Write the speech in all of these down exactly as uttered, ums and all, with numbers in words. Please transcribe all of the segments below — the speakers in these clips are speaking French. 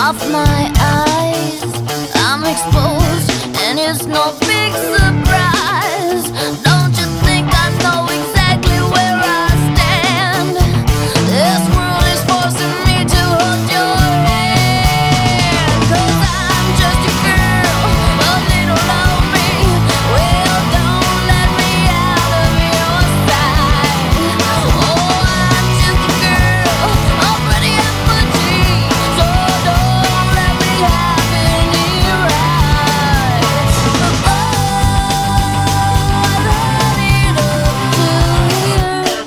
off my eyes. I'm exposed and it's no big surprise. Don't you think I know exactly where I stand? This world is forcing me to hold your hand. 'Cause I'm just a girl, a little lonely. Well, don't let me out of your sight. Oh, I'm just a girl, all pretty and petite. So don't let me have any rights. Oh, I let it up to here.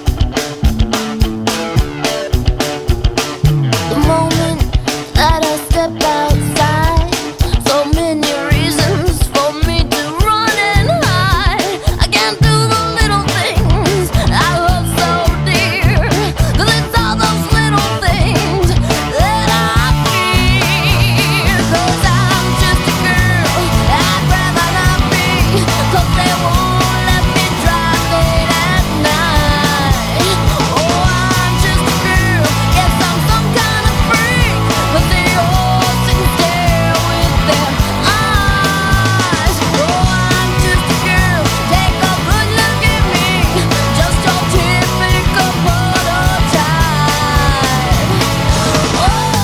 The moment that I step outside, so many reasons for me to run and hide. I can't do the little things I love so dear, 'cause it's all those little things that I fear. 'Cause I'm just a girl, I'd rather not be, 'cause they won't let me drive late at night. Oh, I'm just a girl, yes, I'm some kind of freak, but they all sit and stare with their eyes. Oh, I'm just a girl, take a good look at me, just your typical prototype. Oh,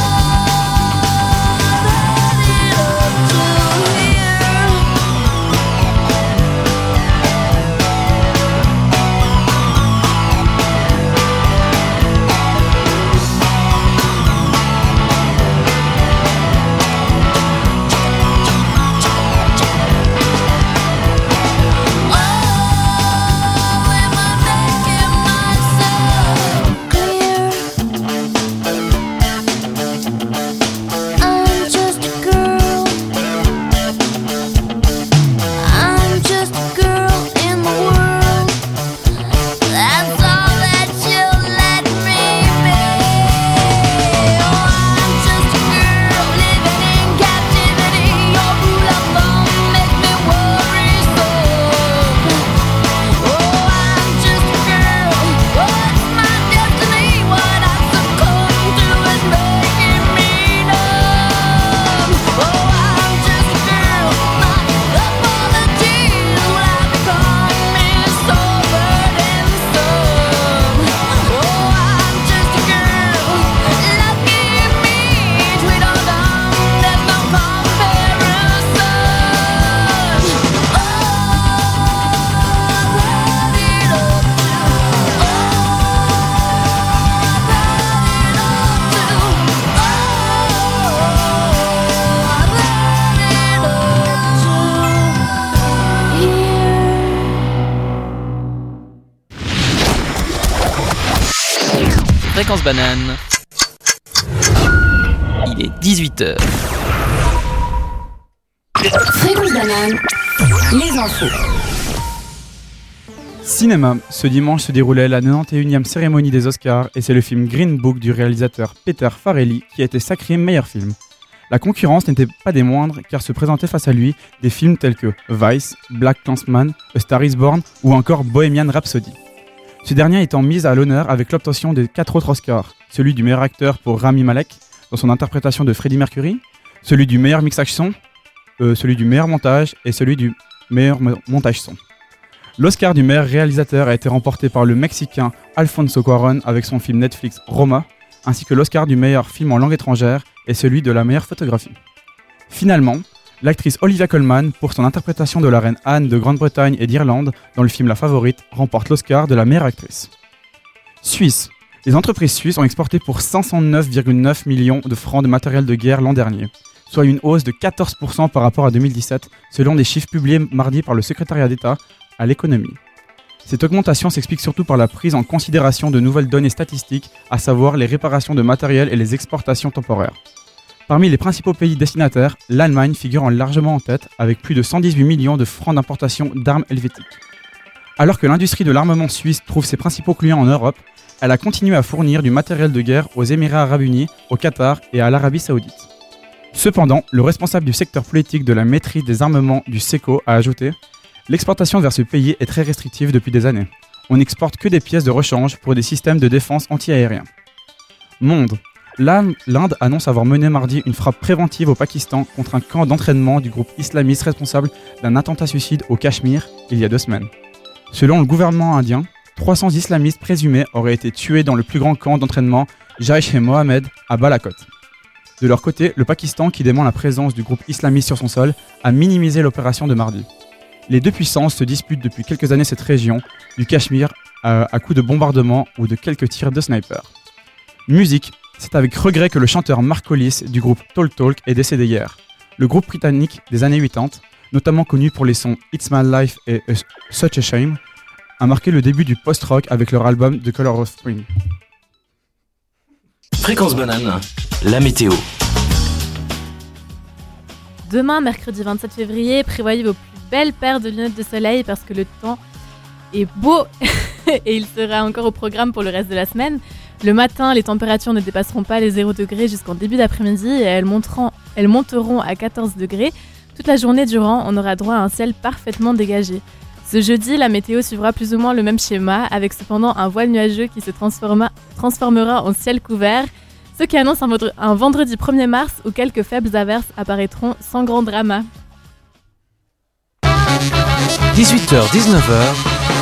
let it up to here. Oh, am I making myself clear? I'm just a girl. I'm just a girl in the world. That's all that you'll let me be. Oh, I'm just a girl living in captivity. Your rule of thumb makes me worrisome. Oh, I'm just a girl. What's my destiny? What I succumb to is making me numb. Oh, I'm just a girl. My apologies will have become me so burdensome. Oh, I'm just a girl. Lucky me, sweet or dumb, there's no comparison. Oh, let it up to. Oh, Fréquence banane. Il est dix-huit heures. Fréquence banane, les infos. Cinéma, ce dimanche se déroulait la quatre-vingt-onze e cérémonie des Oscars et c'est le film Green Book du réalisateur Peter Farrelly qui a été sacré meilleur film. La concurrence n'était pas des moindres car se présentaient face à lui des films tels que Vice, Black Klansman, A Star is Born ou encore Bohemian Rhapsody. Ce dernier étant mis à l'honneur avec l'obtention de quatre autres Oscars, celui du meilleur acteur pour Rami Malek dans son interprétation de Freddie Mercury, celui du meilleur mixage son, euh, celui du meilleur montage et celui du meilleur mo- montage son. L'Oscar du meilleur réalisateur a été remporté par le Mexicain Alfonso Cuarón avec son film Netflix Roma, ainsi que l'Oscar du meilleur film en langue étrangère et celui de la meilleure photographie. Finalement, l'actrice Olivia Colman, pour son interprétation de la reine Anne de Grande-Bretagne et d'Irlande dans le film La Favorite, remporte l'Oscar de la meilleure actrice. Suisse. Les entreprises suisses ont exporté pour cinq cent neuf virgule neuf millions de francs de matériel de guerre l'an dernier, soit une hausse de quatorze pour cent par rapport à deux mille dix-sept, selon des chiffres publiés mardi par le secrétariat d'État à l'économie. Cette augmentation s'explique surtout par la prise en considération de nouvelles données statistiques, à savoir les réparations de matériel et les exportations temporaires. Parmi les principaux pays destinataires, l'Allemagne figure en largement en tête avec plus de cent dix-huit millions de francs d'importation d'armes helvétiques. Alors que l'industrie de l'armement suisse trouve ses principaux clients en Europe, elle a continué à fournir du matériel de guerre aux Émirats arabes unis, au Qatar et à l'Arabie saoudite. Cependant, le responsable du secteur politique de la maîtrise des armements du SECO a ajouté « L'exportation vers ce pays est très restrictive depuis des années. On n'exporte que des pièces de rechange pour des systèmes de défense anti-aériens. » Monde. L'Inde l'Inde annonce avoir mené mardi une frappe préventive au Pakistan contre un camp d'entraînement du groupe islamiste responsable d'un attentat-suicide au Cachemire il y a deux semaines. Selon le gouvernement indien, trois cents islamistes présumés auraient été tués dans le plus grand camp d'entraînement Jaish-e-Mohammed à Balakot. De leur côté, le Pakistan, qui dément la présence du groupe islamiste sur son sol, a minimisé l'opération de mardi. Les deux puissances se disputent depuis quelques années cette région du Cachemire à, à coups de bombardements ou de quelques tirs de sniper. Musique, c'est avec regret que le chanteur Mark Hollis du groupe Talk Talk est décédé hier. Le groupe britannique des années quatre-vingt-dix, notamment connu pour les sons It's My Life et A Such a Shame, a marqué le début du post-rock avec leur album The Color of Spring. Fréquence banane, la météo. Demain, mercredi vingt-sept février, prévoyez vos plus belles paires de lunettes de soleil parce que le temps est beau et il sera encore au programme pour le reste de la semaine. Le matin, les températures ne dépasseront pas les zéro degrés jusqu'en début d'après-midi et elles, monteront, elles monteront à quatorze degrés. Toute la journée durant, on aura droit à un ciel parfaitement dégagé. Ce jeudi, la météo suivra plus ou moins le même schéma, avec cependant un voile nuageux qui se transforma, transformera en ciel couvert, ce qui annonce un, un vendredi premier mars où quelques faibles averses apparaîtront sans grand drama. dix-huit heures dix-neuf heures,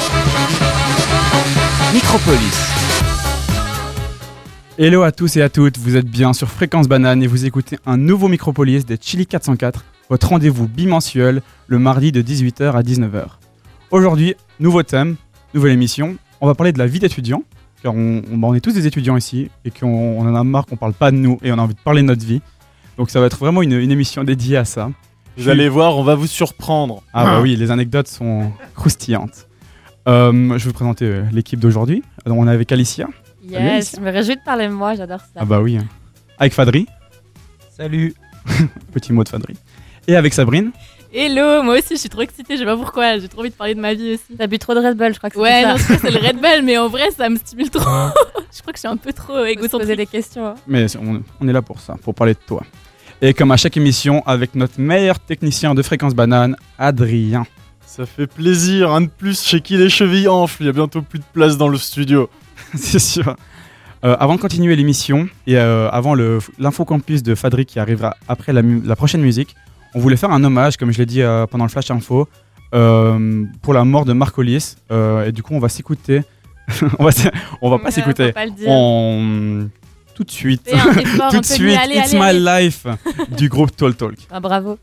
Micropolis. Hello à tous et à toutes, vous êtes bien sur Fréquence Banane et vous écoutez un nouveau Micropolis des Chili quatre cent quatre, votre rendez-vous bimensuel le mardi de dix-huit heures à dix-neuf heures. Aujourd'hui, nouveau thème, nouvelle émission, on va parler de la vie d'étudiant, car on, on, on est tous des étudiants ici et qu'on on en a marre qu'on parle pas de nous et on a envie de parler de notre vie. Donc ça va être vraiment une, une émission dédiée à ça. Vous allez voir, on va vous surprendre. Ah bah oui, les anecdotes sont croustillantes. Euh, je vais vous présenter euh, l'équipe d'aujourd'hui. Donc, on est avec Alicia. Yes, Alicia. je me réjouis de parler de moi, j'adore ça. Ah bah oui. Avec Fadri. Salut. Petit mot de Fadri. Et avec Sabrine. Hello, moi aussi je suis trop excitée, je sais pas pourquoi, j'ai trop envie de parler de ma vie aussi. T'as bu trop de Red Bull, je crois que c'est Ouais, ça. non, je crois que c'est le Red Bull, mais en vrai ça me stimule trop. Je crois que je suis un peu trop Faut se égocentrique. poser des questions. Hein. Mais on, on est là pour ça, pour parler de toi. Et comme à chaque émission, avec notre meilleur technicien de Fréquence Banane, Adrien. Ça fait plaisir, un de plus chez qui les chevilles enflent, il y a bientôt plus de place dans le studio. C'est sûr. Euh, avant de continuer l'émission, et euh, avant le, l'infocampus de Fadri qui arrivera après la, mu- la prochaine musique, on voulait faire un hommage, comme je l'ai dit euh, pendant le Flash Info, euh, pour la mort de Mark Hollis. Euh, et du coup, on va s'écouter. on va, s- on va pas Ouais, s'écouter. faut pas le dire. On... Tout de suite. Fais un effort, Tout de Anthony, suite, allez, It's allez, My allez. Life du groupe Talk Talk. Ah, bravo.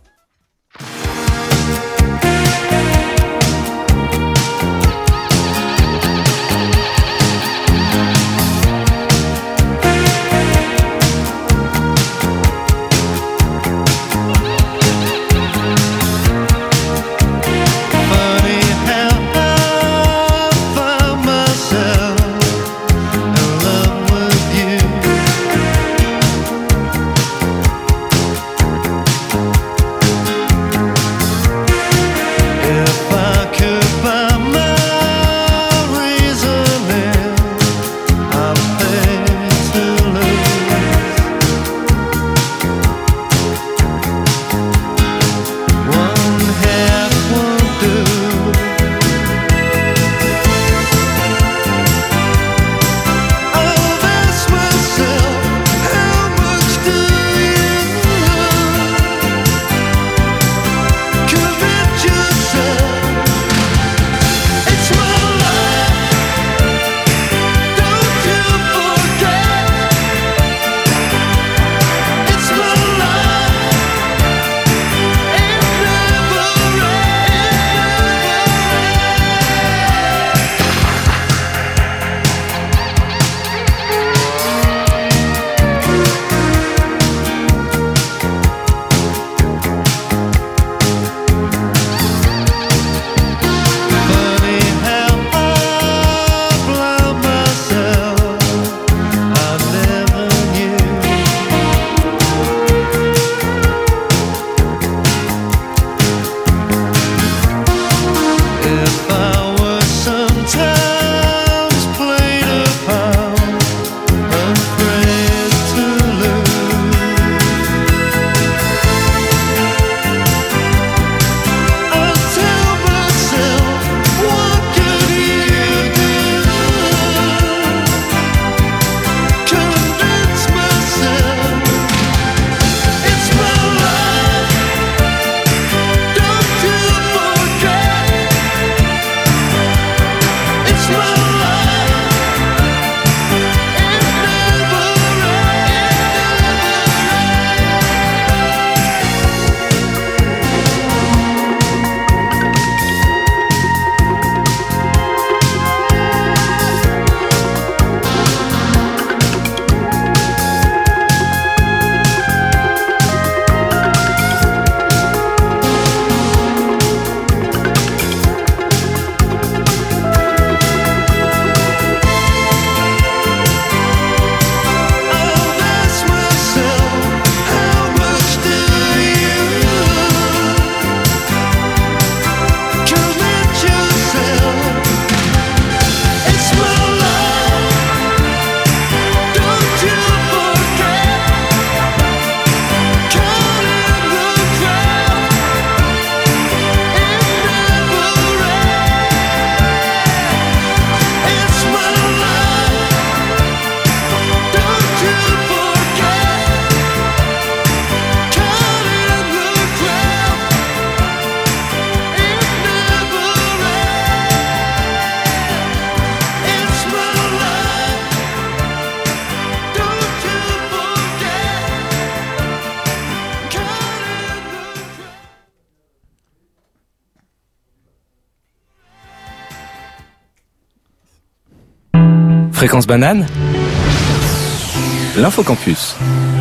Funny how I found myself in love with you. Fréquence banane, l'infocampus.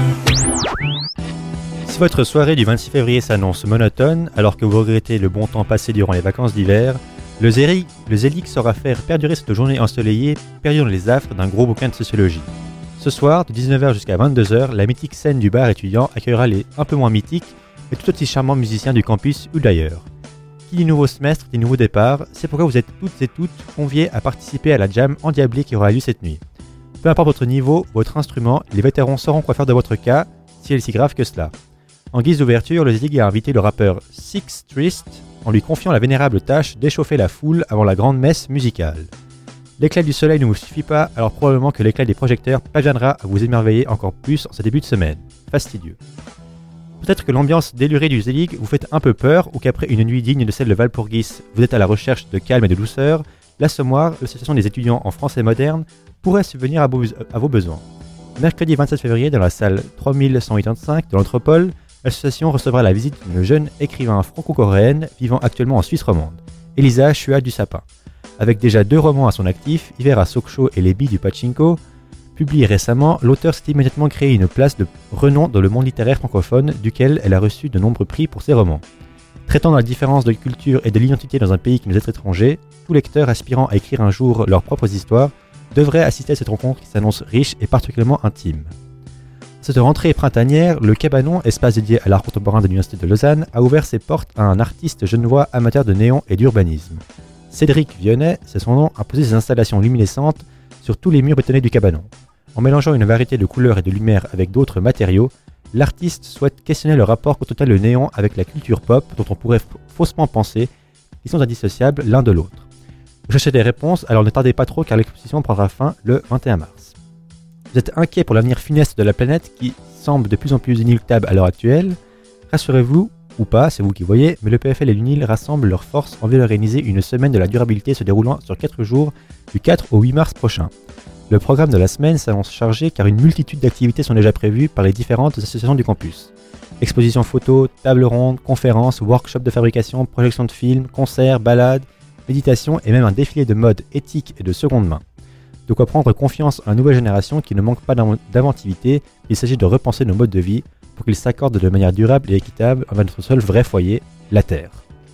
Si votre soirée du vingt-six février s'annonce monotone, alors que vous regrettez le bon temps passé durant les vacances d'hiver, le, Zéri, le Zélix saura faire perdurer cette journée ensoleillée, perdue dans les affres d'un gros bouquin de sociologie. Ce soir, de dix-neuf heures jusqu'à vingt-deux heures, la mythique scène du bar étudiant accueillera les un peu moins mythiques, mais tout aussi charmants musiciens du campus ou d'ailleurs. Qui dit nouveau semestre, dit nouveau départ, c'est pourquoi vous êtes toutes et toutes conviés à participer à la jam endiablée qui aura lieu cette nuit. Peu importe votre niveau, votre instrument, les vétérans sauront quoi faire de votre cas, si elle est si grave que cela. En guise d'ouverture, le Zelig a invité le rappeur Six Trist en lui confiant la vénérable tâche d'échauffer la foule avant la grande messe musicale. L'éclat du soleil ne vous suffit pas, alors probablement que l'éclat des projecteurs parviendra à vous émerveiller encore plus en ce début de semaine. Fastidieux. Peut-être que l'ambiance délurée du Zelig vous fait un peu peur ou qu'après une nuit digne de celle de Valpurgis, vous êtes à la recherche de calme et de douceur, l'Assommoir, l'association des étudiants en français moderne, pourrait subvenir à vos, à vos besoins. Mercredi vingt-sept février, dans la salle trois mille cent quatre-vingt-cinq de l'Anthropole, l'association recevra la visite d'une jeune écrivain franco-coréenne vivant actuellement en Suisse romande, Elisa Chua du Sapin. Avec déjà deux romans à son actif, Hiver à Sokcho et Les billes du Pachinko, publiés récemment, l'auteur s'est immédiatement créé une place de renom dans le monde littéraire francophone, duquel elle a reçu de nombreux prix pour ses romans. Traitant de la différence de culture et de l'identité dans un pays qui nous est étranger, tout lecteur aspirant à écrire un jour leurs propres histoires devrait assister à cette rencontre qui s'annonce riche et particulièrement intime. Cette rentrée printanière, le Cabanon, espace dédié à l'art contemporain de l'Université de Lausanne, a ouvert ses portes à un artiste genevois amateur de néon et d'urbanisme. Cédric Vionnet, c'est son nom, a posé ses installations luminescentes sur tous les murs bétonnés du Cabanon. En mélangeant une variété de couleurs et de lumières avec d'autres matériaux, l'artiste souhaite questionner le rapport qu'au total le néon avec la culture pop dont on pourrait faussement penser qu'ils sont indissociables l'un de l'autre. Vous cherchez des réponses, alors ne tardez pas trop car l'exposition prendra fin le vingt et un mars. Vous êtes inquiet pour l'avenir funeste de la planète qui semble de plus en plus inéluctable à l'heure actuelle. Rassurez-vous, ou pas, c'est vous qui voyez, mais le P F L et l'U N I L rassemblent leurs forces en vue d'organiser une semaine de la durabilité se déroulant sur quatre jours du quatre au huit mars prochain. Le programme de la semaine s'annonce chargé car une multitude d'activités sont déjà prévues par les différentes associations du campus. Expositions photos, tables rondes, conférences, workshops de fabrication, projections de films, concerts, balades, méditation et même un défilé de mode éthique et de seconde main. De quoi prendre confiance en la nouvelle génération qui ne manque pas d'inventivité, il s'agit de repenser nos modes de vie pour qu'ils s'accordent de manière durable et équitable avec notre seul vrai foyer, la Terre.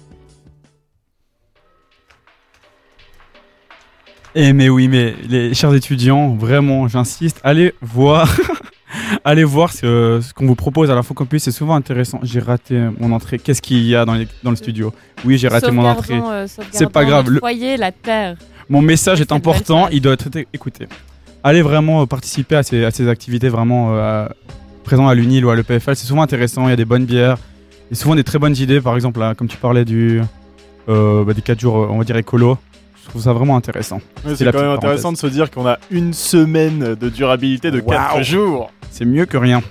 Eh mais oui, mais les chers étudiants, vraiment, j'insiste, allez voir, allez voir ce, ce qu'on vous propose à l'Infocampus, c'est souvent intéressant. J'ai raté mon entrée. Qu'est-ce qu'il y a dans, les, dans le studio? Oui, j'ai raté mon entrée. Euh, c'est pas grave. Le foyer, la terre. Mon message est important, il doit être écouté. Allez vraiment participer à ces, à ces activités vraiment euh, présentes à l'U N I L ou à l'E P F L. C'est souvent intéressant, il y a des bonnes bières, il y a souvent des très bonnes idées. Par exemple, là, comme tu parlais du, euh, bah, des quatre jours, on va dire écolo. Je trouve ça vraiment intéressant. Ouais, c'est quand même intéressant de se dire qu'on a une semaine de durabilité de wow. quatre jours. C'est mieux que rien.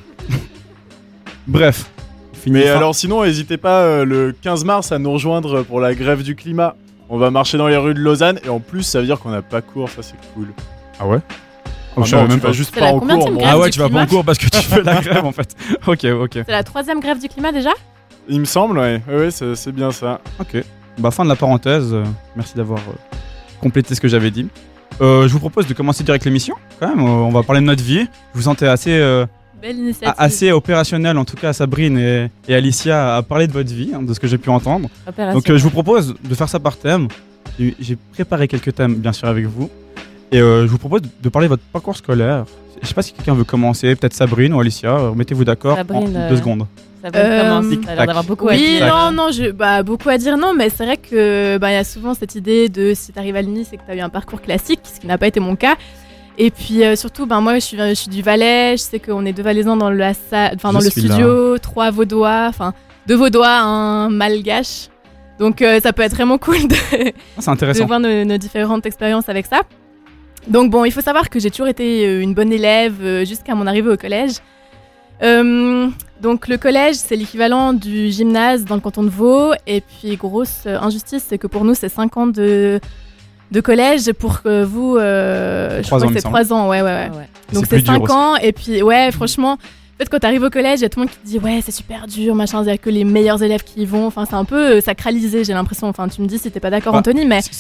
Bref. Mais fin. Alors sinon, n'hésitez pas euh, le quinze mars à nous rejoindre pour la grève du climat. On va marcher dans les rues de Lausanne et en plus ça veut dire qu'on n'a pas cours, ça c'est cool. Ah ouais? Oh, oh, non, tu vas juste pas en cours. Ah ouais, tu vas pas en cours parce que tu fais la grève en fait. Ok, ok. C'est la troisième grève du climat déjà? Il me semble, ouais. Ouais, ouais c'est, c'est bien ça. Ok. Bah fin de la parenthèse, euh, merci d'avoir euh, complété ce que j'avais dit. Euh, je vous propose de commencer direct l'émission, quand même, euh, on va parler de notre vie. Vous vous sentez assez, euh, Belle initiative. assez opérationnel, en tout cas Sabrine et, et Alicia, à parler de votre vie, hein, de ce que j'ai pu entendre. Donc euh, je vous propose de faire ça par thème. J'ai, j'ai préparé quelques thèmes, bien sûr, avec vous. Et euh, je vous propose de parler de votre parcours scolaire. Je sais pas si quelqu'un veut commencer, peut-être Sabrine ou Alicia, remettez-vous d'accord Sabrine, en deux euh... secondes. Ça va euh, commencer, t'as l'air d'avoir beaucoup oui, à dire. Oui, non, non, je, bah, beaucoup à dire, non, mais c'est vrai que bah, y a souvent cette idée de si t'arrives à l'U N I L, c'est que t'as eu un parcours classique, ce qui n'a pas été mon cas. Et puis euh, surtout, ben, moi je suis, je suis du Valais, je sais qu'on est deux Valaisans dans le, dans le studio, là. Trois Vaudois, enfin deux Vaudois, un Malgache. Donc euh, ça peut être vraiment cool de, ah, c'est intéressant. de voir nos, nos différentes expériences avec ça. Donc bon, il faut savoir que j'ai toujours été une bonne élève jusqu'à mon arrivée au collège. Euh, donc le collège, c'est l'équivalent du gymnase dans le canton de Vaud. Et puis grosse injustice, c'est que pour nous, c'est cinq ans de, de collège. Pour que vous, euh, je crois que c'est trois ans. Ouais, ouais, ouais. Ah ouais. Donc c'est, c'est cinq ans. Et puis ouais, franchement, en fait, quand t'arrives au collège, il y a tout le monde qui te dit ouais, c'est super dur, machin. Il y a que les meilleurs élèves qui y vont. Enfin, c'est un peu sacralisé, j'ai l'impression. Enfin, tu me dis si t'es pas d'accord, bah, Anthony, mais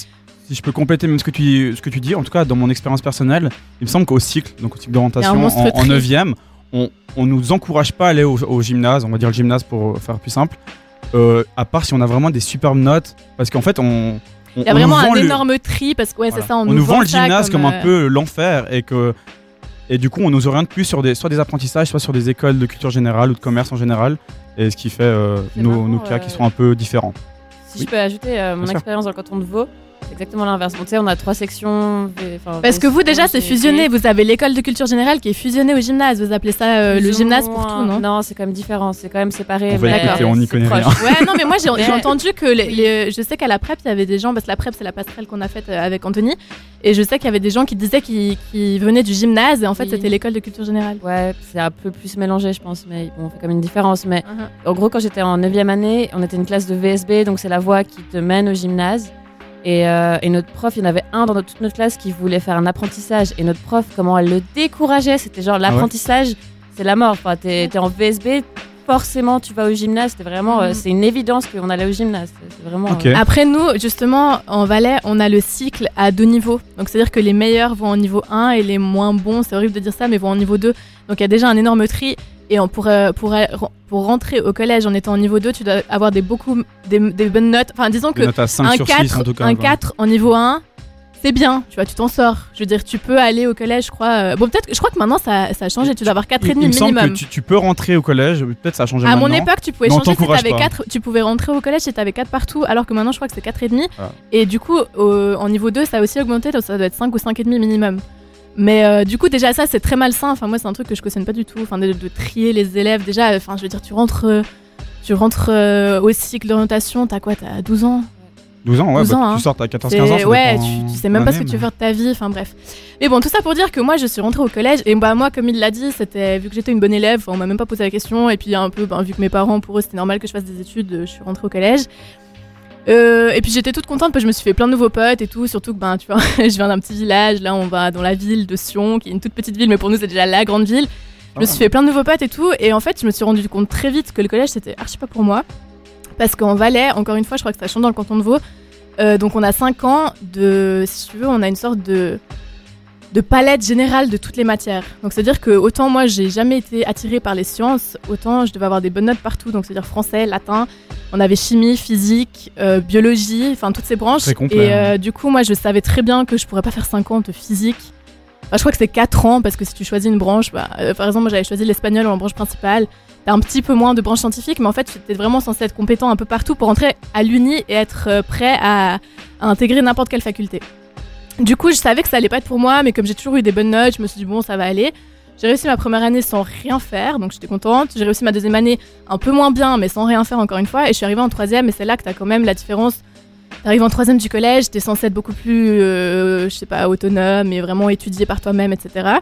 si je peux compléter même ce que tu, ce que tu dis, en tout cas dans mon expérience personnelle, il me semble qu'au cycle, donc au cycle Il y a un d'orientation monstre en, en tri. neuvième, on, on nous encourage pas à aller au, au gymnase, on va dire le gymnase pour faire plus simple, euh, à part si on a vraiment des superbes notes, parce qu'en fait on... on Il y a on vraiment nous vend un le- énorme tri parce que ouais, voilà. c'est ça. On, On nous vend le ça gymnase comme, euh, un peu l'enfer et que et du coup on nous oriente plus sur des soit des apprentissages, soit sur des écoles de culture générale ou de commerce en général, et ce qui fait euh, C'est nos, marrant, nos cas qui euh, sont un peu différents. Si Oui. je peux ajouter euh, mon Bien sûr. expérience dans le canton de Vaud, c'est exactement l'inverse. Bon, tu sais, on a trois sections. V- enfin, Parce que V- vous déjà c'est G- fusionné. Vous avez l'école de culture générale qui est fusionnée au gymnase. Vous appelez ça euh, Plus le ou gymnase pour moins. tout, non Non, c'est quand même différent. C'est quand même séparé. On va mais écouter, on n'y c'est connaît proche. rien. Ouais, non, mais moi j'ai Mais- j'ai entendu que les, les- je sais qu'à la prep il y avait des gens, parce que la prep c'est la passerelle qu'on a faite euh, avec Anthony, et je sais qu'il y avait des gens qui disaient qu'ils qu'ils venaient du gymnase et en fait Oui. c'était l'école de culture générale. Ouais, c'est un peu plus mélangé, je pense, mais bon, on fait quand même une différence. Mais Uh-huh. en gros, quand j'étais en neuvième année, on était une classe de V S B, donc c'est la voie qui te mène au gymnase. Et, euh, et notre prof, il y en avait un dans notre, toute notre classe qui voulait faire un apprentissage. Et notre prof, comment elle le décourageait, c'était genre l'apprentissage, c'est la mort. Enfin, t'es, t'es en V S B, forcément tu vas au gymnase. C'était vraiment, euh, Mhm. c'est une évidence qu'on allait au gymnase. C'est, c'est vraiment. Ok. euh, Après nous, justement, en Valais, on a le cycle à deux niveaux. Donc c'est-à-dire que les meilleurs vont en niveau un et les moins bons, c'est horrible de dire ça, mais vont en niveau deux. Donc il y a déjà un énorme tri. Et on pourrait, pour, pour rentrer au collège en étant en niveau deux, tu dois avoir des, beaucoup, des, des bonnes notes. Enfin, disons que Des notes à cinq un sur six quatre, en tout cas. un quoi. quatre en niveau un, c'est bien, tu vois, tu t'en sors. Je veux dire, tu peux aller au collège, je crois. euh, Bon, peut-être, je crois que maintenant ça, ça a changé, tu dois avoir quatre Il, et demi il me semble minimum. que tu, tu peux rentrer au collège, peut-être ça a changé À maintenant. mon époque, tu pouvais Mais on changer si t'encourage t'avais pas. quatre, tu pouvais rentrer au collège si t'avais quatre partout, alors que maintenant je crois que c'est quatre et demi. Ah. Et du coup, au- en niveau deux, ça a aussi augmenté, donc ça doit être cinq ou cinq et demi minimum. Mais euh, du coup, déjà ça, c'est très malsain. Enfin, moi, c'est un truc que je cautionne pas du tout. Enfin, de, de trier les élèves. Déjà, enfin, je veux dire, tu rentres, euh, tu rentres euh, au cycle d'orientation. T'as quoi? T'as douze ans. douze ans, ouais, douze bah, ans, hein. tu sors, t'as quatorze C'est- quinze ans. ça ouais, dépend tu, tu sais même pas ce que l'année, tu veux mais- faire de ta vie. Enfin, bref. Mais bon, tout ça pour dire que moi, je suis rentrée au collège. Et bah, moi, comme il l'a dit, c'était vu que j'étais une bonne élève, on m'a même pas posé la question. Et puis, un peu, ben, vu que mes parents, pour eux, c'était normal que je fasse des études, euh, je suis rentrée au collège. Euh, et puis j'étais toute contente parce que je me suis fait plein de nouveaux potes et tout, surtout que ben tu vois, je viens d'un petit village, là on va dans la ville de Sion, qui est une toute petite ville, mais pour nous c'est déjà la grande ville. Je me suis fait plein de nouveaux potes et tout, et en fait je me suis rendu compte très vite que le collège c'était archi pas pour moi, parce qu'en Valais, encore une fois, je crois que ça change dans le canton de Vaud, euh, donc on a cinq ans de, si tu veux, on a une sorte de de palette générale de toutes les matières. Donc c'est-à-dire que autant moi j'ai jamais été attirée par les sciences, autant je devais avoir des bonnes notes partout, donc c'est-à-dire français, latin. On avait chimie, physique, euh, biologie, enfin toutes ces branches. Très complet, et euh, hein. du coup, moi, je savais très bien que je pourrais pas faire cinq ans de physique. Enfin, je crois que c'est quatre ans parce que si tu choisis une branche, bah, euh, par exemple, moi j'avais choisi l'espagnol en branche principale. T'as un petit peu moins de branches scientifiques, mais en fait, t'es vraiment censé être compétent un peu partout pour entrer à l'uni et être euh, prêt à, à intégrer n'importe quelle faculté. Du coup, je savais que ça allait pas être pour moi, mais comme j'ai toujours eu des bonnes notes, je me suis dit bon, ça va aller. J'ai réussi ma première année sans rien faire, donc j'étais contente. J'ai réussi ma deuxième année un peu moins bien, mais sans rien faire encore une fois. Et je suis arrivée en troisième, et c'est là que t'as quand même la différence. T'arrives en troisième du collège, t'es censée être beaucoup plus, euh, je sais pas, autonome et vraiment étudier par toi-même, et cetera.